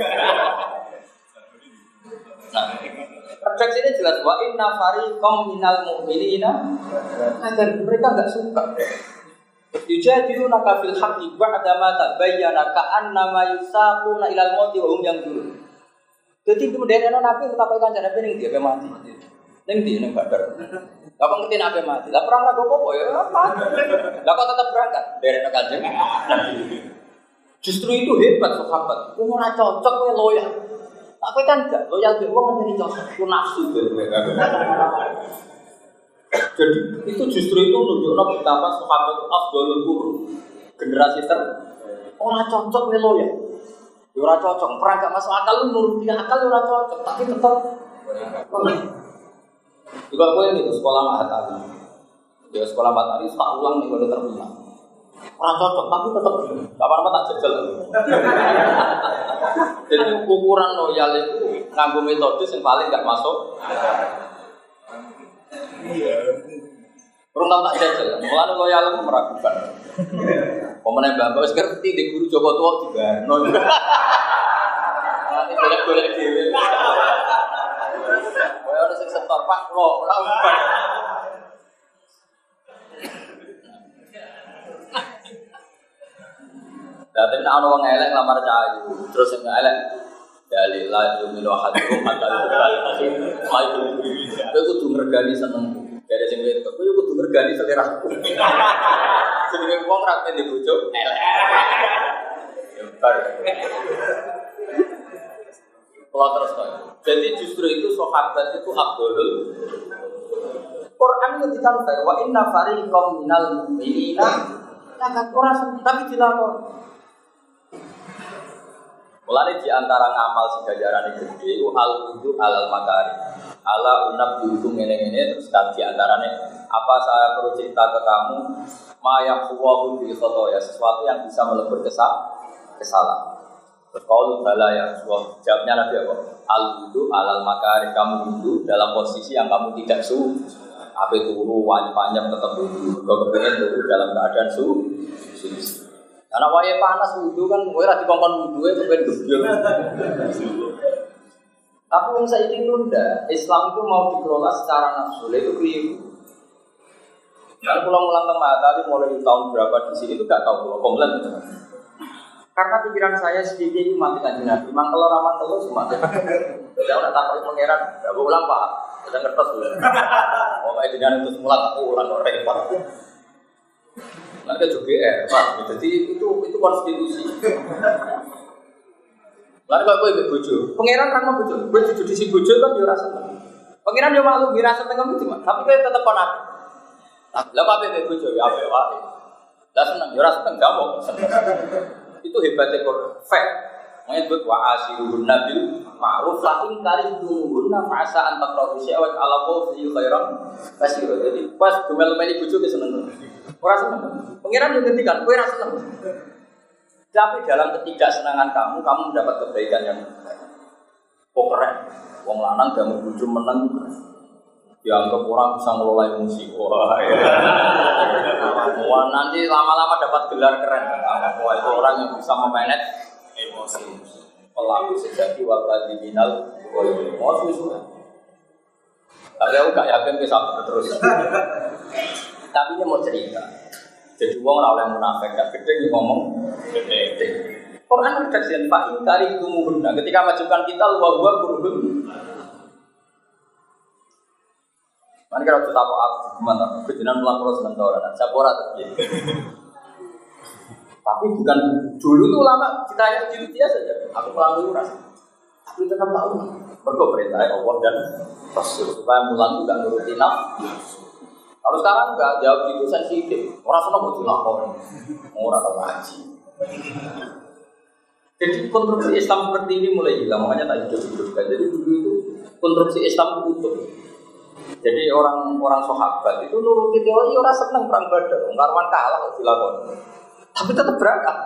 Nah, redaksi ini jelas wa inna fariqam minal mu'minina agar mereka enggak suka. Yujadiluna fil haqqi ba'da ma tabayyana ka'annama yusaquna ilal mauti wa hum yanzurun. Dadi kemudian Nabi utawa kanjeng Nabi ning dia mati. Ning dia ning Badar. Lah kok ngerti Nabi mati? Lah perang ra apa ya mati. Lah kok tetap berangkat dari kanjeng Nabi. Justru itu hebat sahabat. Kowe ora cocok kowe loyal. Tapi kan enggak loyal ke wong ngene cocok. Ku nafsu Jadi itu justru itu menunjukkan betapa sahabat itu afdhalul qurun. Generasi ter ora cocok kowe loyal. Ya ora cocok, perang gak masuk akal lu nuruti akal ora cocok, tapi tetap juga gue ini sekolah Mahatari. Ya sekolah Mahatari tak ulang nih kalau terminal. Orang cocok tapi tetap kapan-kapan tak jajal. Jadi ukuran loyal itu nganggo metode yang paling gak masuk. Kurang tahu tak jajal. Mulane loyal itu meragukan. Pemenang bapak ngerti di guru Joko tua juga. Nanti boleh-boleh dhewe. Kowe ora sing setor Pak, lho, ora umpan. Dadi nek ana wong elek lamar cahayu, terus sing elek dalil la yu'minu ahadukum hatta yu'minu kowe kudu mergani seneng. Dari sing wedok kowe kudu mergani seleraku. Jenenge wong ra pengen dibojo elek. Ya bar. Kalau terus toh. Jadi justru itu sahabat itu afdhalul. Quran ketika wa inna fariqam minal mu'minina lakat orang tapi dilakon. Mulane di antara ngamal sing ganjarane gede ku al wudu alal makari. Ala unab dihukum ngene-ngene terus kan di antarane apa saya perlu cerita ke kamu ma yaqwahu bil khotoya sesuatu yang bisa melebur kesalahan. Kalau bala ya, jawabnya Nabi apa? Al wudu alal makari, kamu wudu dalam posisi yang kamu tidak su. Apa turu wajib-wajib tetap wudu. Kau kepengen turu dalam keadaan su. Karena wajib panas wudu kan, kowe ra dikongkon wudu e kepen gebyur. Tapi yang saya itu enggak, Islam itu mau dikelola secara nafsu, itu keliru. Kan pulang ulang tengah tadi mulai tahun berapa di sini itu enggak tahu kalau komplain. Karena pikiran saya sedikit itu mati kanjeng Nabi. Mangkel orang mangkel itu semua. Tidak nak takut pangeran. Tidak ulang pak. Tidak ngertos dulu. Oh kayak dengan itu semula tak ulang orang repot. Nanti juga eh pak. Jadi itu itu konstitusi. Lalu kalau gue ikut bojo, pangeran kan mau bojo. Gue jujur di si bojo kan dia rasa seneng. Pangeran dia malu, dia rasa seneng kamu cuma. Tapi gue tetap konak. Lalu apa yang bojo? Ya apa ya? Lah seneng, dia rasa seneng gampang. Itu hebatnya Quran. Fact. Menyebut wa asiruhun nabil ma'ruf lakin karihduhunna fa'asa antakrahu sya'wat ala qawfi khairan kasih. Jadi pas gemel-gemel bojo ke seneng. Ora seneng. Pengiran yo ngendikan, kowe ora seneng. Tapi dalam ketidaksenangan kamu, kamu mendapat kebaikan yang oh keren. Wong lanang gamu bojo meneng. Dianggap orang bisa ngelola emosi. Wah, ya. Wah, nanti lama-lama dapat gelar keren. Wah, itu orang yang bisa memanage emosi. Pelaku sejati waktu diminal, emosi semua. Tapi aku gak yakin bisa terus. Tapi dia mau cerita. Jadi orang oleh munafik gak gede ngomong gede. Quran redaksian Pak Inkari itu muhunna. Ketika majukan kita luar-luar kurun. Mana kalau kita tahu aku gimana? Kejenan pulang pulau sementara, saya borat tadi. Tapi bukan dulu tuh lama kita yang gitu dia saja. Aku pulang dulu rasa. Tapi tetap tahu. Berkau perintah Allah dan Rasul supaya pulang itu gak nurutin nafsu. Kalau sekarang enggak jawab itu sensitif. Orang sana mau dilapor, orang tahu ngaji. Jadi konstruksi Islam seperti ini mulai hilang. Makanya tak hidup-hidupkan. Jadi dulu itu konstruksi Islam utuh. Jadi orang-orang sahabat itu nuruti teori orang seneng perang Badar, karwan kalah dilakukan. Tapi tetap berangkat.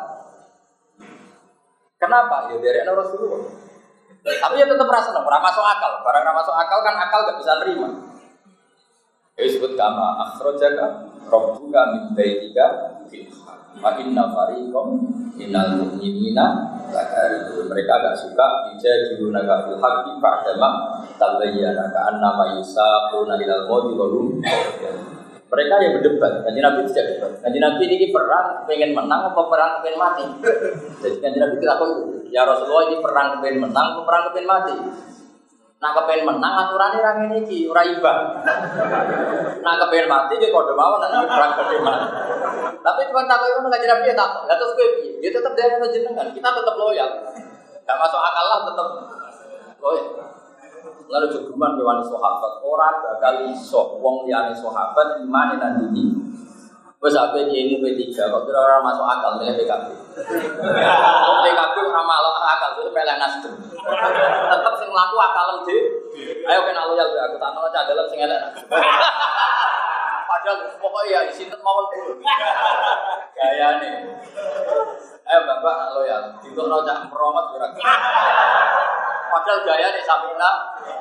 Kenapa? Ya dari anak Rasulullah. Tapi ya tetap rasa seneng, orang masuk akal. Barang orang masuk akal kan akal gak bisa nerima. Ya disebut kama akhrajaka rabbuka min baitika bil haqq. Wa inna fariqam minal mu'minina lakarihun. Mereka agak suka dijadilunaka bil haqqi ba'dama tabayyana ka'anna ma yusaquna ilal mauti wa hum. Mereka yang berdebat. Kanjeng Nabi tidak debat. Kanjeng Nabi ini perang pengen menang atau perang pengen mati. Jadi Kanjeng Nabi tidak tahu, ya Rasulullah ini perang pengen menang atau perang pengen mati. Nak kepen menang aturane ra ngene iki, ora imbang. Nak kepen mati ki padha mawon nek perang gede mati. Tapi cuma takok ngono gak jera piye takok. Lah terus kowe piye? Ya tetep dhewe jenengan, kita tetep loyal. Gak masuk akal lah tetep loyal. Lalu jogeman ke wani sahabat, ora bakal iso wong liyane sahabat imane nang ndi. Wes ape iki P tiga kok kira ora masuk akal nek P K B. P K B ora malok akal, itu pelek Nasdem. Tetep sing mlaku akalem dhewe. Ayo kena loyal aku tak ono cah dalem sing elek. Padahal pokoknya ya sinten mawon kulo. Gayane. Ayo Bapak nak loyal, ditono cah meromot ora. Padahal gayane samina.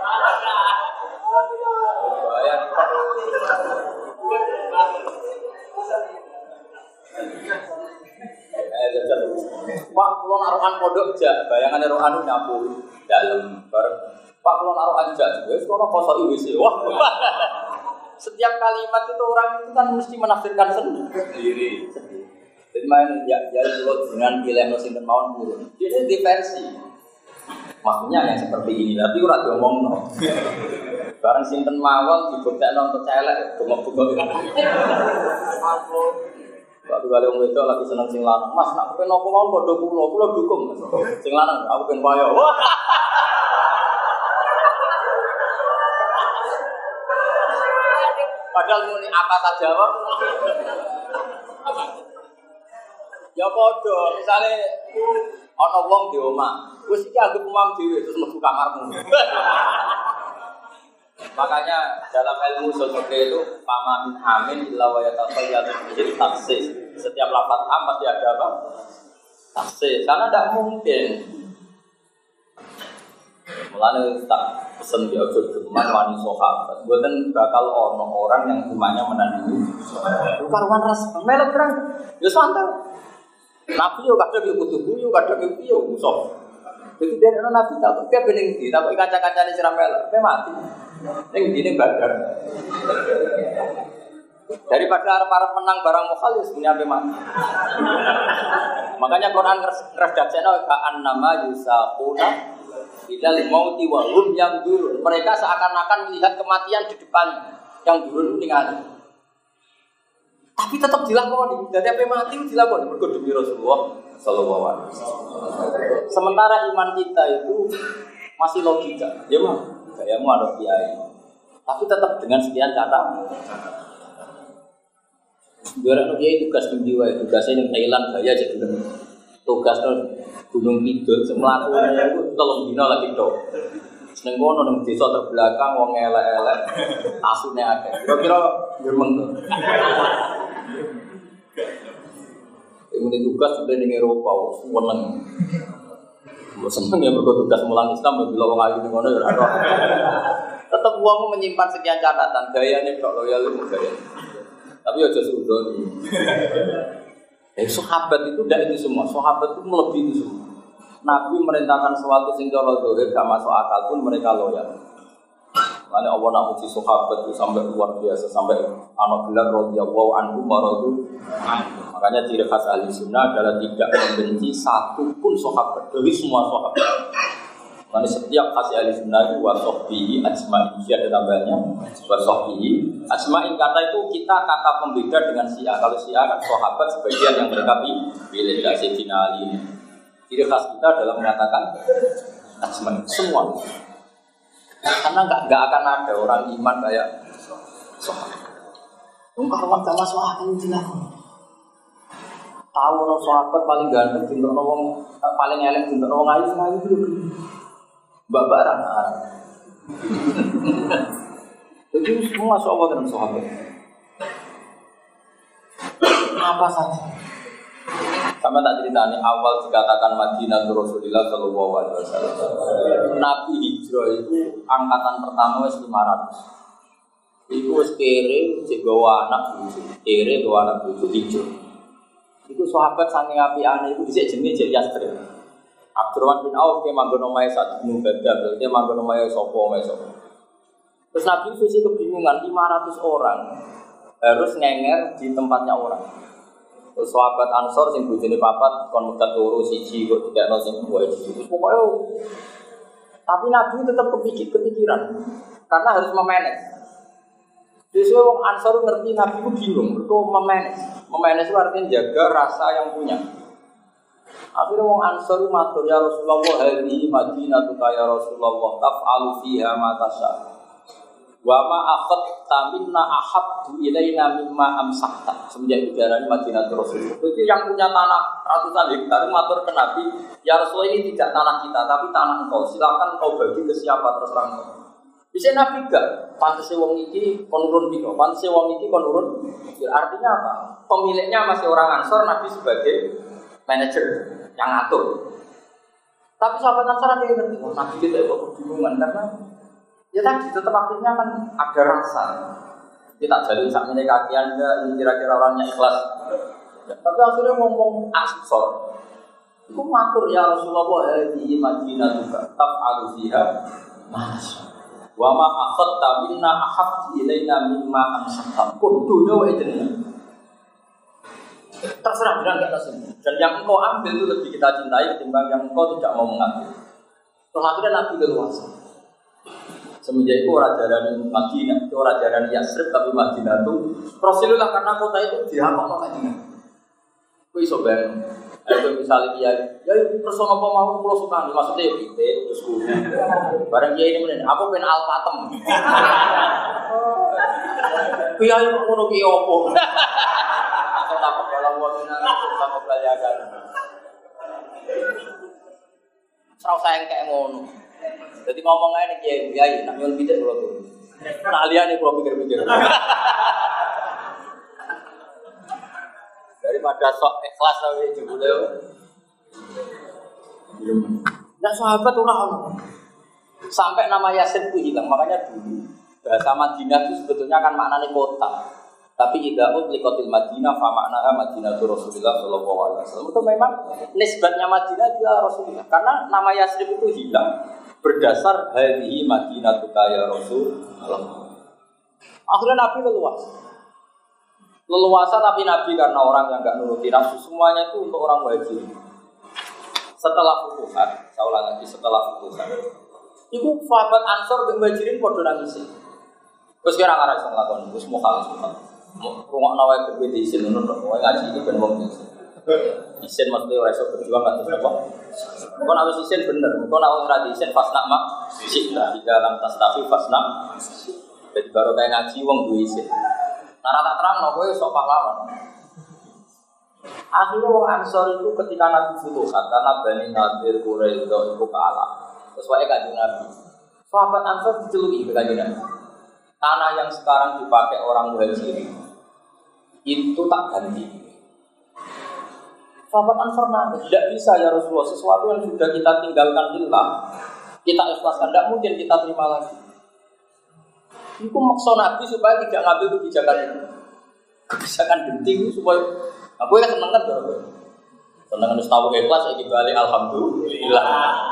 Gaya. Eh jajan. Pak kula naruhan pondok jak, bayangane rohan nyapu dalem bareng. Pak kula naruhan jak, wis kono kosoki wis. Wah. Setiap kalimat itu orang itu kan mesti menafsirkan sendiri. Jadi main ya jadi kula dengan pilih sinten mawon purun. Ini diversi. Maksudnya yang seperti ini, tapi ora diomongno. Bareng sinten mawon dibuktekno untuk celek, bengok-bengok. Waktu kali wong wedok lagi seneng sing lanang, Mas, nak kepen opo mawon padha kula, kula dukung. Sing lanang aku pengen payo. Padahal muni apa saja wae. Ya padha, misale ana wong di omah, wis iki anggap umam dhewe terus mlebu kamarmu. Makanya dalam ilmu sosiologi itu pama min amin illa wa yatafayyadu bil taksis. Setiap lafaz am pasti ada apa? Taksis. Karena tidak mungkin. Mulane tak pesen dia ojo geman wani sahabat. Mboten bakal ono orang yang imannya menandingi. Karuan ras melok terang. Ya santai. Nabi yo kadang yo kudu guyu, kadang yo piye musuh. Jadi dari ono nabi tak kok bening ndi, tak kok kaca-kacane sira melok, pe mati. Ning dine badar. Daripada arep-arep menang barang mokal ya sebenarnya pe mati. Makanya Quran ngredaksekno ka'an nama yusaquna ilal mauti wa hum yang durun. Mereka seakan-akan melihat kematian di depan, yang durun ningali. Tapi tetap dilakoni. Dadi ape mati dilakoni mergo demi Rasulullah sallallahu alaihi wasallam. Sementara iman kita itu masih logika. Ya mah, gayamu ada kiai. Tapi tetap dengan sekian kata. Biar kiai tugas ndi wae, tugasnya ning Thailand gaya aja gelem. Tugas nang Gunung Kidul semlaku niku telung dina lagi tok. Seneng kono nang desa terbelakang wong elek-elek, asune akeh. Kira-kira gremeng to. Ini tugas sudah di Eropa, seneng. Seneng ya berikut tugas mulang Islam, bila orang lagi di mana ya. Tetap uangmu menyimpan sekian catatan, gayanya tak loyal itu gaya. Tapi aja sudah nih. Eh, sahabat itu tidak itu semua, sahabat itu melebihi itu semua. Nabi merintahkan sesuatu sehingga kalau dohir gak masuk akal pun mereka loyal. Makanya Allah nak uji sahabat itu sampai luar biasa, sampai anak gelar radhiyallahu anhu maradu. Makanya ciri khas ahli sunnah adalah tidak membenci satu pun sahabat dari semua sahabat. Makanya setiap khas ahli sunnah itu wasohbihi ajma'in, ada tambahnya wasohbihi ajma'in. Kata itu kita kata pembeda dengan Syiah. Kalau Syiah kan sahabat sebagian yang mereka pilih dari Sayyidina Ali. Ciri khas kita adalah mengatakan ajma'in semua. Karena enggak enggak akan ada orang iman kayak sahabat. Kalau enggak masuk akal dilakoni. Tahu orang sahabat paling ganteng, untuk orang paling elek, untuk orang ayu semua itu dulu. Mbak barang. Jadi semua sahabat dan sahabat. Apa saja. Sama tak ceritanya awal dikatakan Madinah Rasulullah Sallallahu Alaihi Wasallam. Nabi hijrah itu angkatan pertama wes lima ratus. Itu wes kere, jegawa anak buju, kere gawa anak buju hijrah. Itu sahabat saking apiane itu dhisik jenenge Jek Yasrib. Abdurrahman bin Auf ke manggon omahe Sa'd bin Ubadah, dia manggon omahe sapa omahe sapa. Terus Nabi sisi kebingungan lima ratus orang harus ngenger di tempatnya orang. Terus sahabat Ansor sing bojone papat kon mekat loro siji kok tidak ono sing dua iki. Pokoke Tapi Nabi tetap kepikir, kepikiran karena harus memanage. Jadi orang Ansor ngerti Nabi itu bingung, itu memanage. Memanage itu artinya jaga rasa yang punya. Akhirnya orang Ansor matur ya Rasulullah, hadhihi Madinatuka ya Rasulullah, taf'alu fiha ma tasha. Wa ma akhadta minna ahabbu ilaina mimma amsahta. Semenjak itu diarani Madinatul Rasul. Itu yang punya tanah ratusan hektar matur ke Nabi, ya Rasulullah ini tidak tanah kita tapi tanah engkau. Silakan engkau bagi ke siapa terserah engkau. Bisa Nabi gak? Pantese wong iki kon nurun piro? Pantese wong iki kon nurun. Artinya apa? Pemiliknya masih orang Ansor, Nabi sebagai manajer yang ngatur. Tapi sahabat Ansor ada yang ngerti, oh, Nabi kita kok kebingungan karena ya tadi tetap akhirnya kan ada rasa. Kita jalin sak meneh kakian ini kira-kira orangnya ikhlas. Ya, tapi akhirnya ngomong Ansor. Iku matur ya Rasulullah hadhihi Madinatuka taf'alu fiha mas. Wa ma akhadta minna ahabbu ilaina mimma amsakta. Kudunya wae jenenge. Terserah bilang gak terserah. Dan yang engkau ambil itu lebih kita cintai ketimbang yang engkau tidak mau mengambil. Terus akhirnya Nabi leluasa. Semenjak itu orang jarani Madinah, itu orang jarani Yasrib tapi Madinah itu Rasulullah karena kota itu dihampak Madinah. Kau iso bayang. Ayo misalnya dia, ya persona apa mau pulau suka, maksudnya ya kita terus gue. Barang dia ini mana? Aku pengen alpatem. Kiai kok ngono ki opo? Atau tak dalam waminan tak belajar. Serau sayang kayak ngono. Jadi ngomong aja nih kiai, kiai nak nyuwun pitik kula tuh. Nak liyane kula pikir-pikir. Daripada sok ikhlas tapi jebule. Nah sahabat orang sampai nama Yasrib itu hilang, makanya dulu bahasa Madinah itu sebetulnya kan maknanya kota. Tapi ida'ud liqatil Madinah fa maknaha Madinatul Rasulullah sallallahu alaihi wasallam. Itu memang nisbatnya Madinah adalah Rasulullah. Karena nama Yasrib itu hilang berdasar hadhihi Madinatuka ya Rasulullah. Akhirnya Nabi leluasa. Leluasa tapi Nabi karena orang yang enggak nuruti nafsu, semuanya itu untuk orang wajib. Setelah futuhat, saya ulang lagi setelah futuhat. Iku sahabat Ansor yang wajirin podo nangis. Terus kira ngarang sang lakon, terus mau kalah semua. Rumah nawai berbeda isin, nunut, nawai ngaji itu benar benar. Isin maksudnya orang esok berjuang nggak terus apa? Kau nak isin bener, kau nak orang isin pas nak mak, sihlah di dalam tas tafi pas nak. Jadi baru kayak ngaji wong dua isin. Nara tak terang, no gue sok pahlawan. Akhirnya wong Ansor itu ketika Nabi futuhat, karena Bani Nadir Quraisy itu kalah. Sesuai kanjeng Nabi. Sahabat Ansor diceluki ke kanjeng Nabi. Tanah yang sekarang dipakai orang Muhajirin itu tak ganti. Sahabat Ansor nangis, tidak bisa ya Rasulullah, sesuatu yang sudah kita tinggalkan lillah, kita ikhlaskan, tidak mungkin kita terima lagi. Itu maksud Nabi supaya tidak ngambil kebijakan itu. Kebijakan genting supaya aku ya seneng kan tuh. Seneng harus tahu ikhlas lagi balik alhamdulillah.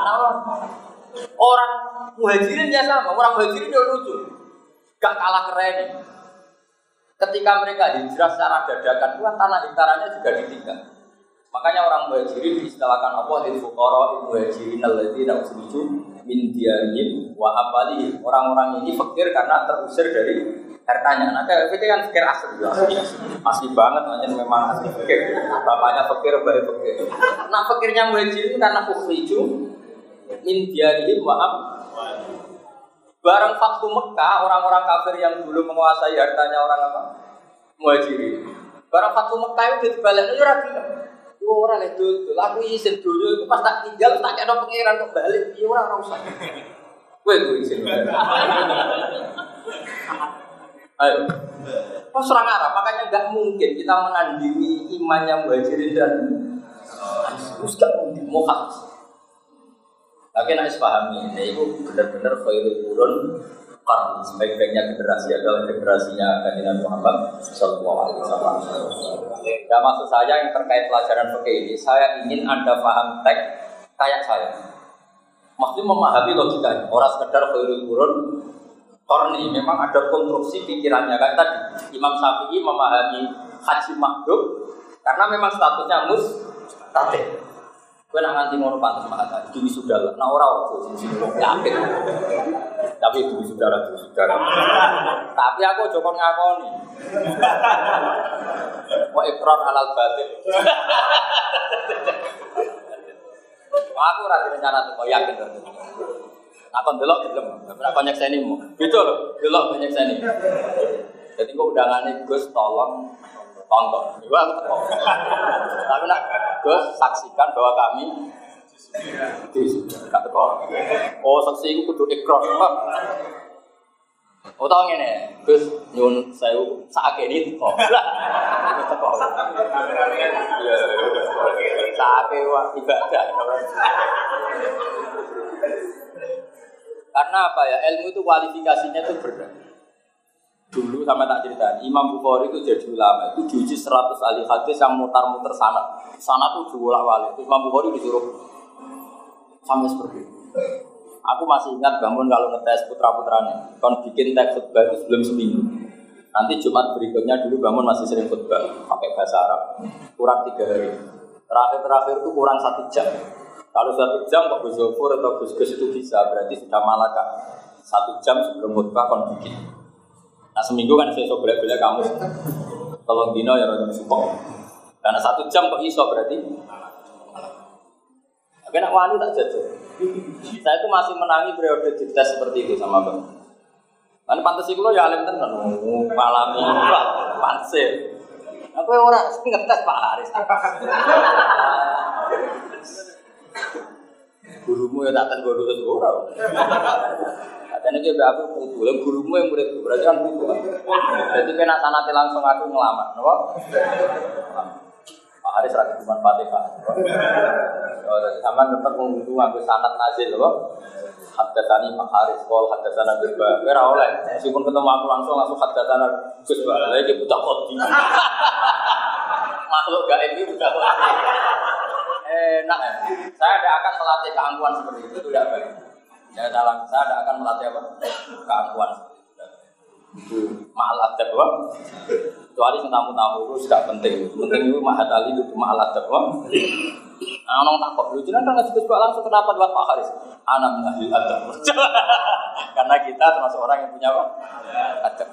Orang Muhajirin ya sama, orang Muhajirin dia lucu. Gak kalah keren. Ketika mereka hijrah secara dadakan, itu tanah hektarannya juga ditinggal. Makanya orang Muhajirin diistilahkan Allah lil fuqara muhajirin alladzina ukhriju min diyarihim wa amwalihim. Orang-orang ini fakir karena terusir dari hartanya. Nah, kayak itu kan fakir asli, asli, asli banget, macam memang asli fakir. Bapaknya fakir, bayi fakir. Nah, fakirnya Muhajirin karena ukhriju min diyarihim wa amwalihim. Barang Fathu Mekah, orang-orang kafir yang dulu menguasai hartanya orang apa? Muhajirin. Barang Fathu Mekah itu dibalik itu rapi. Orang itu, aku izin dulu itu pas tak tinggal tak ada pengiran kok balik, iya orang orang usah. Gue itu izin. Ayo, pas serang Arab, makanya nggak mungkin kita menandingi imannya Muhajirin dan terus nggak mungkin mukhaf. Tapi nak pahami, ini itu benar-benar khairul qurun qarni, sebaik-baiknya generasi adalah generasinya Kanjeng Muhammad sallallahu alaihi wasallam. Ya maksud saya yang terkait pelajaran fikih ini, saya ingin Anda paham teks kayak saya. Maksudnya memahami logikanya, orang sekedar khairul qurun qarni, memang ada konstruksi pikirannya kayak tadi. Imam Syafi'i memahami haji makdum karena memang statusnya mustahil. Kowe nak nganti ngono pantes mata, duwi sudah lah. Nah ora ojo sing yakin. Tapi duwi sudah lah, duwi sudah. Tapi aku ojo kon ngakoni. Wa ikrar alal batil. Aku ora direncana tuh yakin to. Aku ndelok gelem, ora banyak senimu. Gitu lho, delok banyak seni. Jadi kok undangane Gus tolong tonton. Iku aku teko. Tapi nak Gus saksikan bahwa kami di gak teko. Oh, saksi iku kudu ikrar. Oh, tau ngene, Gus nyun sewu sakene teko. Lah, iku teko. Iya. Sakene wae ibadah. Karena apa ya, ilmu itu kualifikasinya itu berat. Dulu sama tak cerita, Imam Bukhari itu jadi ulama, itu diuji seratus ahli hadis yang mutar-mutar sanad. Sanad itu diulang-ulang. Imam Bukhari disuruh sampai seperti itu. Aku masih ingat bangun kalau ngetes putra-putranya, kon bikin teks khutbah itu sebelum seminggu. Nanti Jumat berikutnya dulu bangun masih sering khutbah pakai bahasa Arab, kurang tiga hari. Terakhir-terakhir itu kurang satu jam. Kalau satu jam kok Gus Zofur atau Gus Gus itu bisa, berarti sudah malaka. Satu jam sebelum khutbah kon bikin. Nah seminggu kan saya coba bela kamu. Tolong dino ya orang support. Karena satu jam kok iso berarti. Tapi nak wani tak jatuh. Saya itu masih menangi periode dites seperti itu sama bang. Karena pantas itu lo ya alim tenan. Malami panse. Aku orang ngetes Pak Haris. Gurumu ya tak tes guru terus ora. Katanya dia aku putu, yang gurumu yang murid itu berarti kan putu. Jadi kena sanate langsung aku ngelamar, napa? Pak Haris ra cuma Fatihah. Oh, jadi sampean tetep ngudu nganggo sanad nazil lho. Haddatsani Pak Haris qol haddatsana Gus Ba. Ora oleh. Meskipun ketemu aku langsung langsung haddatsana Gus Ba. Lah iki buta kodi. Makhluk gaib ini buta kodi. Enak ya. Saya tidak akan melatih keangkuhan seperti itu, itu tidak baik. Ya dalam saya tidak akan melatih apa? Keangkuhan seperti itu. Itu mahal adab doang. Kecuali tamu-tamu itu sudah penting. Penting itu mahal ali itu mahal adab doang. Nah, orang takut. Lu jangan kan ngasih kesukaan langsung kenapa buat Pak Haris? Anak mengambil adab. Karena kita termasuk orang yang punya apa? Adab.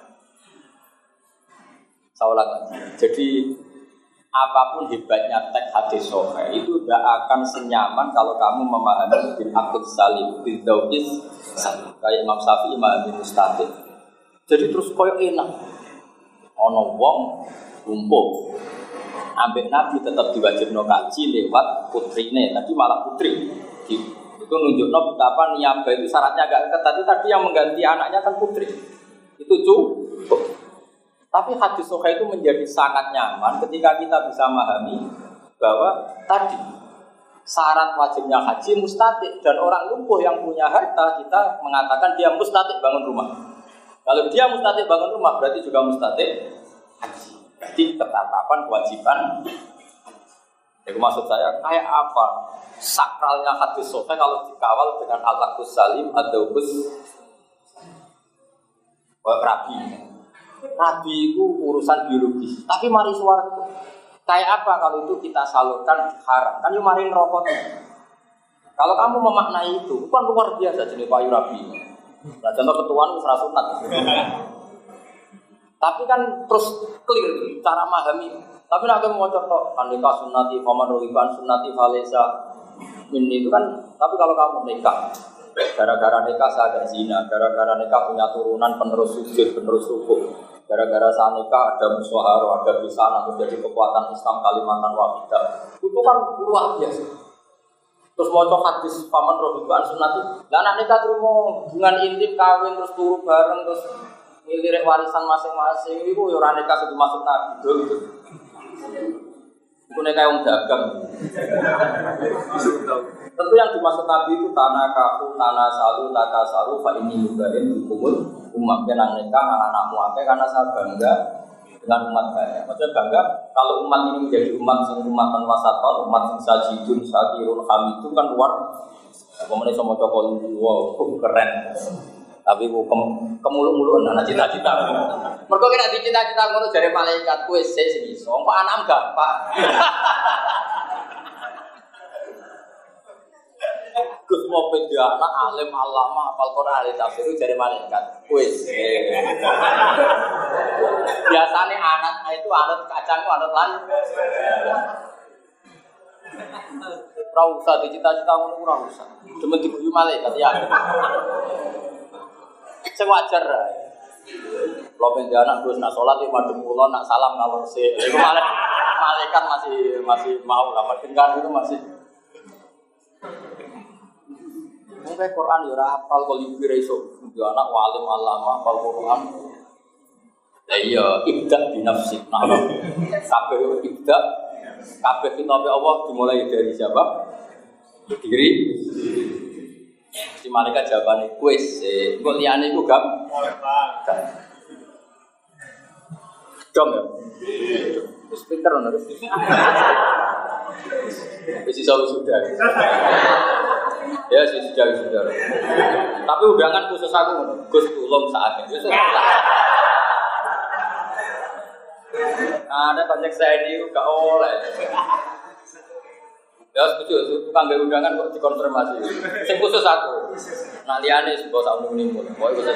Saya ulang lagi. Jadi apapun hebatnya teks hadis sahih itu tidak akan senyaman kalau kamu memahami bil aqd salim, bil dauqis salim. Kayak Imam Syafi'i memahami mustaqil. Jadi terus koyo enak. Ana wong lumpuh. Ambek Nabi tetap diwajibno kaji lewat putrine. Tadi malah putri. Itu nunjukno betapa niyabah itu syaratnya agak ketat. Tadi yang mengganti anaknya kan putri. Itu cukup. Tapi hadis sahih itu menjadi sangat nyaman ketika kita bisa memahami bahwa tadi syarat wajibnya haji mustatik dan orang lumpuh yang punya harta kita mengatakan dia mustatik bangun rumah. Kalau dia mustatik bangun rumah berarti juga mustatik haji. Jadi ketetapan kewajiban. Itu maksud saya kayak apa sakralnya hadis sahih kalau dikawal dengan al-aqd salim atau bus rabi. Nabi itu urusan biologis, tapi mari suara kayak apa kalau itu kita salurkan haram? Kan yang marin rokok. Kalau kamu memaknai itu, bukan luar biasa jenis payu Nabi. Nah, contoh ketuaan itu serasa sunat. Tapi kan terus clear cara memahami. Tapi nak kamu mau contoh, andika sunnati, faman rohiban sunnati falesa ini itu kan. Tapi kalau kamu nikah, gara-gara nikah saya ada zina, gara-gara nikah punya turunan penerus sujud, penerus rukuk. Gara-gara saat nikah ada musyawarah, ada busana, terus jadi kekuatan Islam Kalimantan wahidah. Itu kan luar biasa. Terus mau hadis paman rohiban sunnati. Lah anak nikah terima hubungan intim kawin terus turu bareng terus milirik warisan masing-masing. Itu ya orang nikah itu masuk Nabi gitu. Itu nikah yang dagang. Tentu yang dimaksud Nabi itu tanah kaku, tanah salu, taka saru, fa ini mudain hukumul umat kenang nikah anak-anakmu akeh karena saya bangga dengan umat banyak. Maksudnya bangga kalau umat ini menjadi umat yang umat wasatan, umat yang sajidun, sakirun, hamidun kan luar. Pemenang sama cokol wow keren. Tapi ku kemuluk-muluk anak cita-cita. Mergo kena dicita-cita ngono jare malaikat kowe sik sing iso. Kok anak gampang. lope dia anak alim alama hafal Quran ahli tafsir jare malaikat. Wis. Biasane anak itu anut kacang anut lan. Ora usah dicita-cita ngono ora usah. Demen diguyu malaikat ya. Sing wajar. Lope dia anak terus nak salat iki madhep kula nak salam ngalor sik. Iku malaikat masih masih mau lah mendengar itu masih. Mungkin Quran ya ora hafal kok libir iso. Yo anak walim alama hafal Quran. Ya iya, ibda bi nafsi. Nah, kabeh ibda kabeh kitabe Allah dimulai dari siapa? Diri. Si malaikat jawabane kuis. Engko liyane iku gam. Dom ya. Speaker ono. Wis iso sudah. Ya sudah sudah. Tapi undangan khusus aku ngono. Gus tulung saatnya. Wis ada banyak saya ini gak oleh. Ya setuju, tukang gawe undangan kok dikonfirmasi. Sing khusus aku. Nah liyane sing sak unung-unung. Kok iku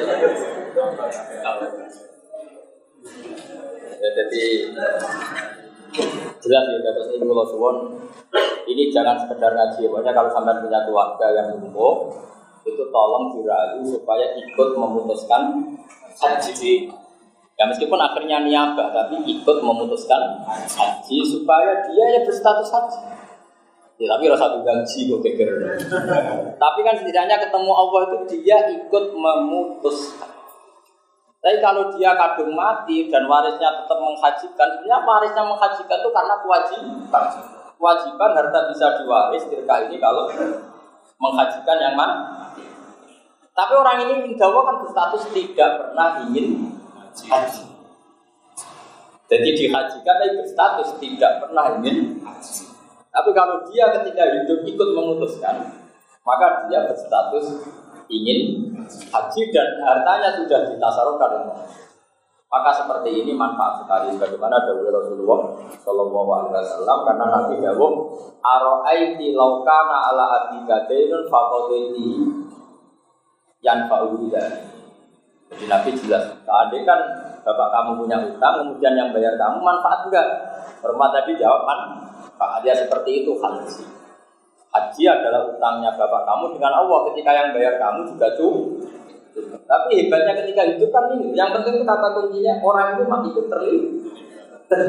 ya jadi jelas ya terus ini kalau suwon ini jangan sekedar ngaji. Pokoknya kalau sampai punya keluarga yang lumpuh itu tolong dirayu supaya ikut memutuskan haji. Ya meskipun akhirnya niabah tapi ikut memutuskan haji supaya dia ya berstatus haji. Ya tapi rasa gaji kok geger. Tapi kan setidaknya ketemu Allah itu dia ikut memutuskan. Tapi kalau dia kadung mati dan warisnya tetap menghajikan, sebenarnya warisnya menghajikan itu karena kewajiban. Kewajiban harta bisa diwaris tirka ini kalau menghajikan yang mati. Tapi orang ini indawa kan berstatus tidak pernah ingin haji. Jadi dihajikan tapi berstatus tidak pernah ingin haji. Tapi kalau dia ketika hidup ikut memutuskan, maka dia berstatus ingin haji dan hartanya sudah ditasarufkan. Maka seperti ini manfaat sekali. Bagaimana dawuh Rasulullah Shallallahu Alaihi Wasallam karena Nabi dawuh aro'aiti laukana ala abika dainun faqaditi yanfa'udah. Jadi Nabi jelas. Kalau kan bapak kamu punya utang, kemudian yang bayar kamu manfaat enggak? Hormat tadi jawab manfaat. Dia seperti itu haji. Haji adalah utangnya bapak kamu dengan Allah. Ketika yang bayar kamu juga cukup. Tapi hebatnya ketika hidup kan ini. Yang penting itu kata kuncinya orang itu mati itu terlibat.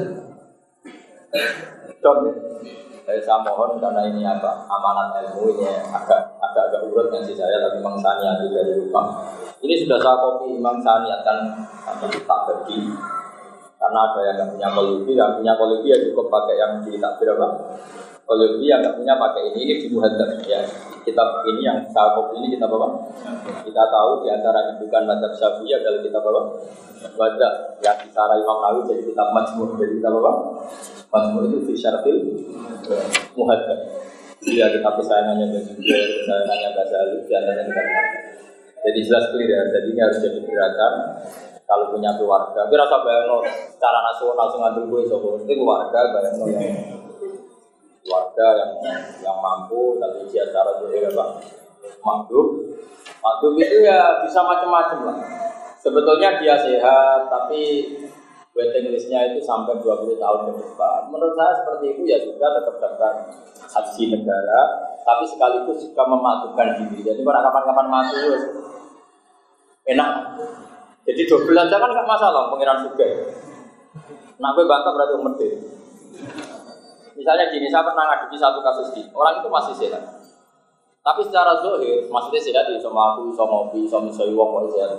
Dong ya. Saya mohon karena ini apa amanat ilmu ini agak agak agak urut dengan si saya tapi Imam Saniati dari lupa. Ini sudah saya kopi Imam Saniati akan tak bagi. Karena ada yang nggak punya kolubi, yang punya kolubi ya cukup pakai yang di takbir apa? Kolubi yang nggak punya pakai ini ini di muhadzab ya. Kitab ini yang saya kopi ini kitab apa? Kita tahu di antara indukan madzhab Syafi'i adalah kitab apa? Wadzab yang disara Imam Nawawi jadi kitab Majmu', jadi kitab apa? Majmu' itu fi syarhil muhadzab. Dia kitab kesayangannya Bajudir, kesayangannya Ghazali di antaranya kitab. Jadi jelas clear ya. Jadi ini harus jadi gerakan. Kalau punya keluarga, tapi rasa bayang secara nasional langsung ngambil gue sobo, itu keluarga bayang yang keluarga yang yang mampu, tapi dia cara berpikir apa? Makdum, makdum itu ya bisa macam-macam lah. Sebetulnya dia sehat, tapi waiting listnya itu sampai dua puluh tahun ke depan. Menurut saya seperti itu ya sudah tetap daftar haji negara, tapi sekaligus juga memakdumkan diri. Jadi pada kapan-kapan mati enak. Jadi double aja kan nggak masalah pengiran juga. Nah, gue bantah berarti umur deh. Misalnya gini, saya pernah ngadepi satu kasus gini. Orang itu masih sehat, tapi secara zahir maksudnya sehat, sama aku, sama ngopi, sama misoi wong kok sehat.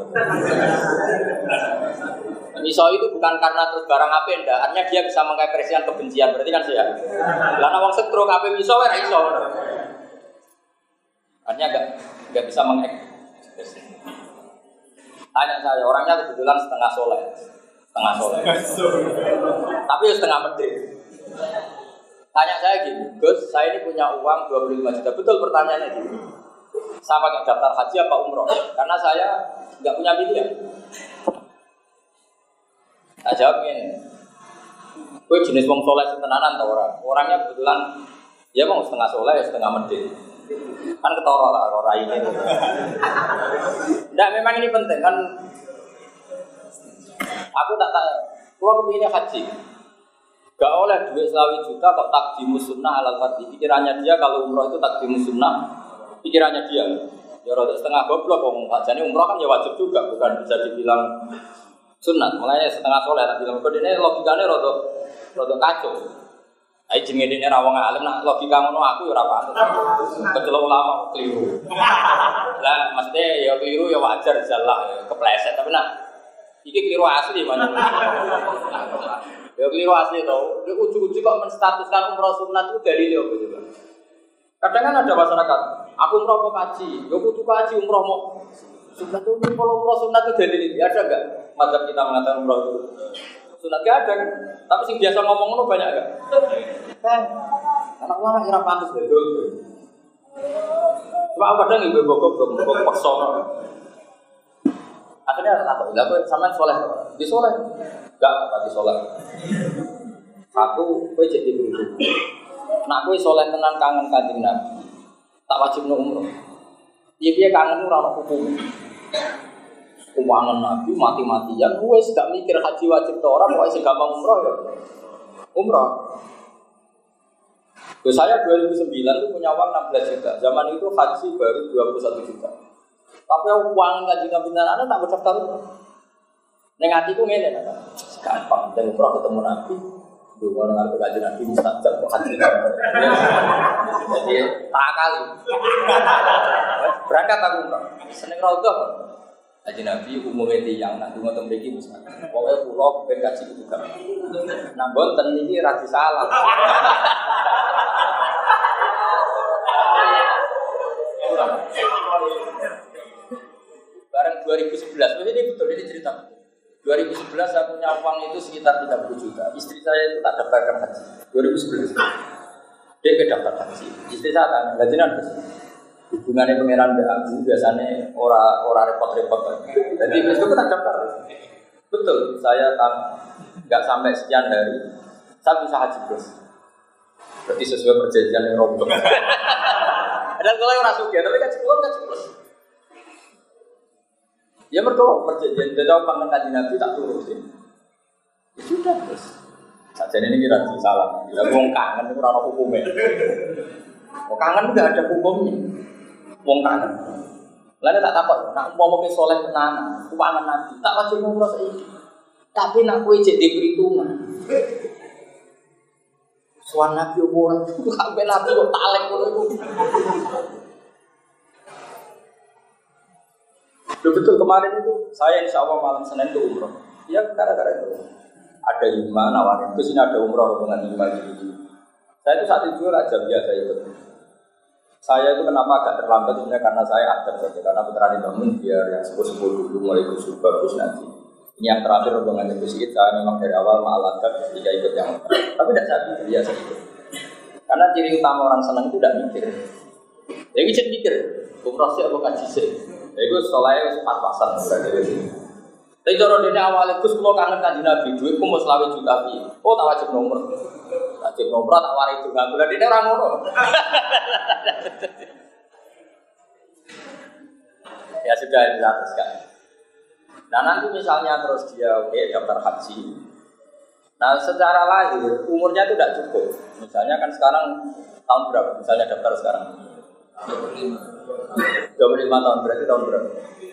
Misoi itu bukan karena terus barang apa enggak, artinya dia bisa mengekspresikan kebencian, berarti kan sehat. Karena wong stroke apa misoi ora iso. Artinya enggak enggak bisa mengekspresikan. Tanya saya, orangnya kebetulan setengah soleh, setengah soleh, tapi setengah medit. Tanya saya gini, Gus, saya ini punya uang dua puluh lima juta, betul pertanyaannya gini. Saya pakai daftar haji apa umroh? Karena saya nggak punya pilihan. Saya jawab gini, gue jenis wong soleh setenanan atau orang, orangnya kebetulan, ya mau setengah soleh, setengah medit. Kan ketara lah ora ini. Ndak memang ini penting kan. Aku tak tak kalau kepinginnya haji. Gak oleh duit selawi juta kok takdimus sunnah ala fardhi. Pikirannya dia kalau umroh itu takdimus sunnah. Pikirannya dia. Ya rada setengah goblok wong hajane umroh kan ya wajib juga, bukan bisa dibilang sunat. Makanya setengah soleh tak bilang kok dene logikane rada rada kacau. Ai jenenge dene ra wong alim nak logika ngono aku ya ora paham. Kecelok ulama keliru. Lah maksudnya ya keliru ya wajar jalah ya kepleset tapi nak iki keliru asli mana. Ya keliru asli tau. Nek ujug-ujug kok menstatuskan umroh sunat itu dalile apa coba? Kadang kan ada masyarakat, aku umroh mau kaji, ya kudu kaji umroh mau sunat itu kalau umroh sunat itu dalile ada enggak? Mazhab kita mengatakan umroh itu sunat gak ada kan? Tapi sing biasa ngomong itu banyak enggak? Kan, anak ulama kira pantas betul tuh. Cuma aku kadang ibu bokok belum bokok pesona. Akhirnya tak tahu, aku sama soleh, di soleh, enggak pasti soleh. Satu, kue jadi berhidup. Nak kue soleh tenan kangen kanjeng Nabi, tak wajib no umroh. Dia dia kangen orang hukum. Keuangan Nabi mati-matian, kue gak mikir haji wajib ke orang, kue sih gampang umroh ya. Umroh. Terus saya dua ribu sembilan itu punya uang enam belas juta. Zaman itu haji baru dua puluh satu juta. Tapi uang kanjeng Nabi tenan tak berdaftar. Neng hatiku ngene kan. Gampang dan umroh ketemu Nabi. Dulu orang ngerti kajian Nabi mustajab kok haji. Jadi tak kali. Berangkat aku umroh. Seneng raudhah. Haji Nabi umumnya tiyang nak dungo teng mriki mustajab. Pokoke kula ben kaji itu kan. Nah bonten iki ra disalah. Bareng dua ribu sebelas, ini betul ini cerita. dua ribu sebelas saya punya uang itu sekitar tiga puluh juta. Istri saya itu tak daftarkan haji. dua ribu sebelas dia ke daftar haji. Istri saya tanya, gajian hubungannya pangeran dengan aku biasanya ora ora repot-repot. Jadi itu tak daftar. Betul, saya kan nggak sampai sekian hari saya bisa haji bos. Berarti sesuai perjanjian yang rombong. Dan kalau orang suka, tapi kan sekolah kan sekolah. Ya mereka perjanjian, dia tahu pangan kaji Nabi tak turutin. Ya sudah terus. Saja ini kira salah. Bila wong kangen itu orang hukumnya. Wong kangen nggak ada hukumnya. Wong kangen. Lalu tak takut. Nak mau mau soleh tenan, keuangan Nabi tak wajib ngurus ini. Tapi nak kue jadi perhitungan. Suan Nabi orang itu sampai Nabi kok talek pun itu. Loh, betul kemarin itu saya insya Allah malam Senin itu umroh. Ya gara-gara itu ada lima nawarin. Terus ini ada umroh dengan lima gitu. Saya itu saat itu raja biasa ikut. Saya itu kenapa agak terlambat sebenarnya karena saya adab saja. Karena putra dibangun biar yang sepuh-sepuh dulu mulai kusuk bagus nanti. Ini yang terakhir hubungan itu sedikit. Saya memang dari awal malah adab ketika ikut yang terakhir. Tapi tidak saya pikir biasa ikut. Karena ciri utama orang senang itu tidak mikir. Ya kita mikir. Umroh sih apa kaji sih. Itu soalnya sempat pasang berada di sini. Tapi kalau dari awal itu kalau kangen kaji Nabi, duitku mau selawe juta bi. Oh tak wajib nomor, wajib nomor tak waris juga. Bulan ini orang ngono. Ya sudah dilakukan. Nah nanti misalnya terus dia oke okay, daftar haji. Nah secara lahir umurnya itu tidak cukup. Misalnya kan sekarang tahun berapa? Misalnya daftar sekarang. dua puluh lima tahun berarti tahun berapa?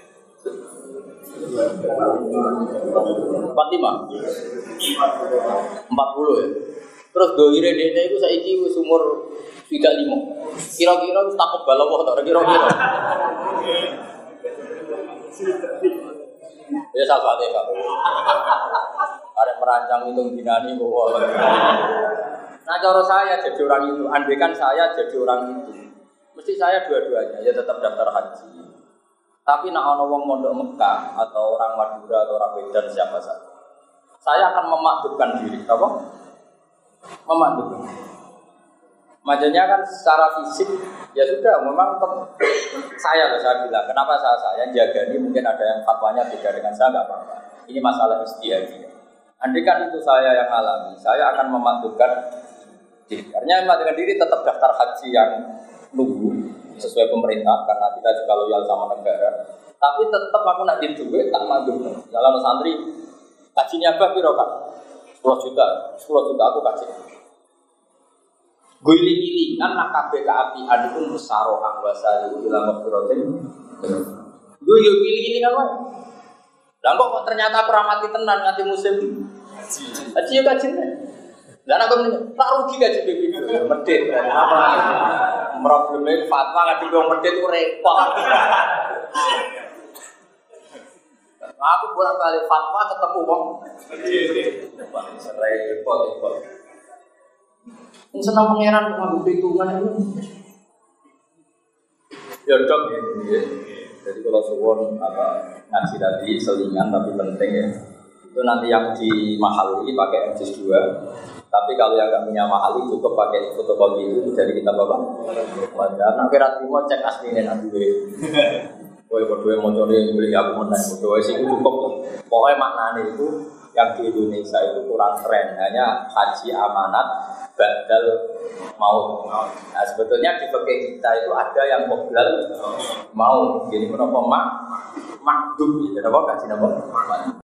empat puluh lima empat puluh ya. Terus doire dene iku saiki wis umur tiga puluh lima. Kira-kira wis takut balawoh ta kira-kira. Ya sahabat ya Pak. Arek merancang hitung dinani kok. Nah cara saya jadi orang itu, andaikan saya jadi orang itu. Mesti saya dua-duanya, ya tetap daftar haji. Tapi nak ono wong mondok Mekah atau orang Madura atau orang Medan siapa saja, saya akan memaklumkan diri, apa? Memaklumkan. Makanya kan secara fisik ya sudah, memang saya loh saya bilang, kenapa saya saya jaga ini mungkin ada yang fatwanya beda dengan saya nggak apa-apa. Ini masalah istiadat. Andai kan itu saya yang alami, saya akan memaklumkan diri. Karena memaklumkan diri tetap daftar haji yang nunggu sesuai pemerintah karena kita juga loyal sama negara. Tapi tetap aku nak di duit tak mandul. Dalam santri kajinya apa piro kan? sepuluh juta, sepuluh juta aku kasih. Guling-gilingan nak kabeh keapian itu musaro anggasa itu bilang mafirotin. Gue yo giling-gilingan wae. Lah kok ternyata aku ramati tenan nganti musim haji yo kajine. Lah aku tak rugi gaji B P P medhit. Probleme fatwa kadung wong medhit ku repot. Aku bolak-balik fatwa ketemu wong repot repot. Yang senang pangeran mengambil perhitungan itu. Ya dok ya. Jadi kalau suwon apa ngaji tadi selingan tapi penting ya. Itu nanti yang di mahal ini pakai M C S dua. Tapi kalau yang nggak punya mahal itu cukup pakai fotokopi itu dari kita bapak. Wajar. Nah kira terima cek aslinya nanti. Kowe berdua mau cari beli aku menang. Berdua sih cukup. Pokoknya maknanya itu yang di Indonesia itu kurang keren. Hanya haji amanat badal mau. Nah sebetulnya di fikih kita itu ada yang qoblal mau. Jadi menapa mak makdum. Jadi apa kasih nama?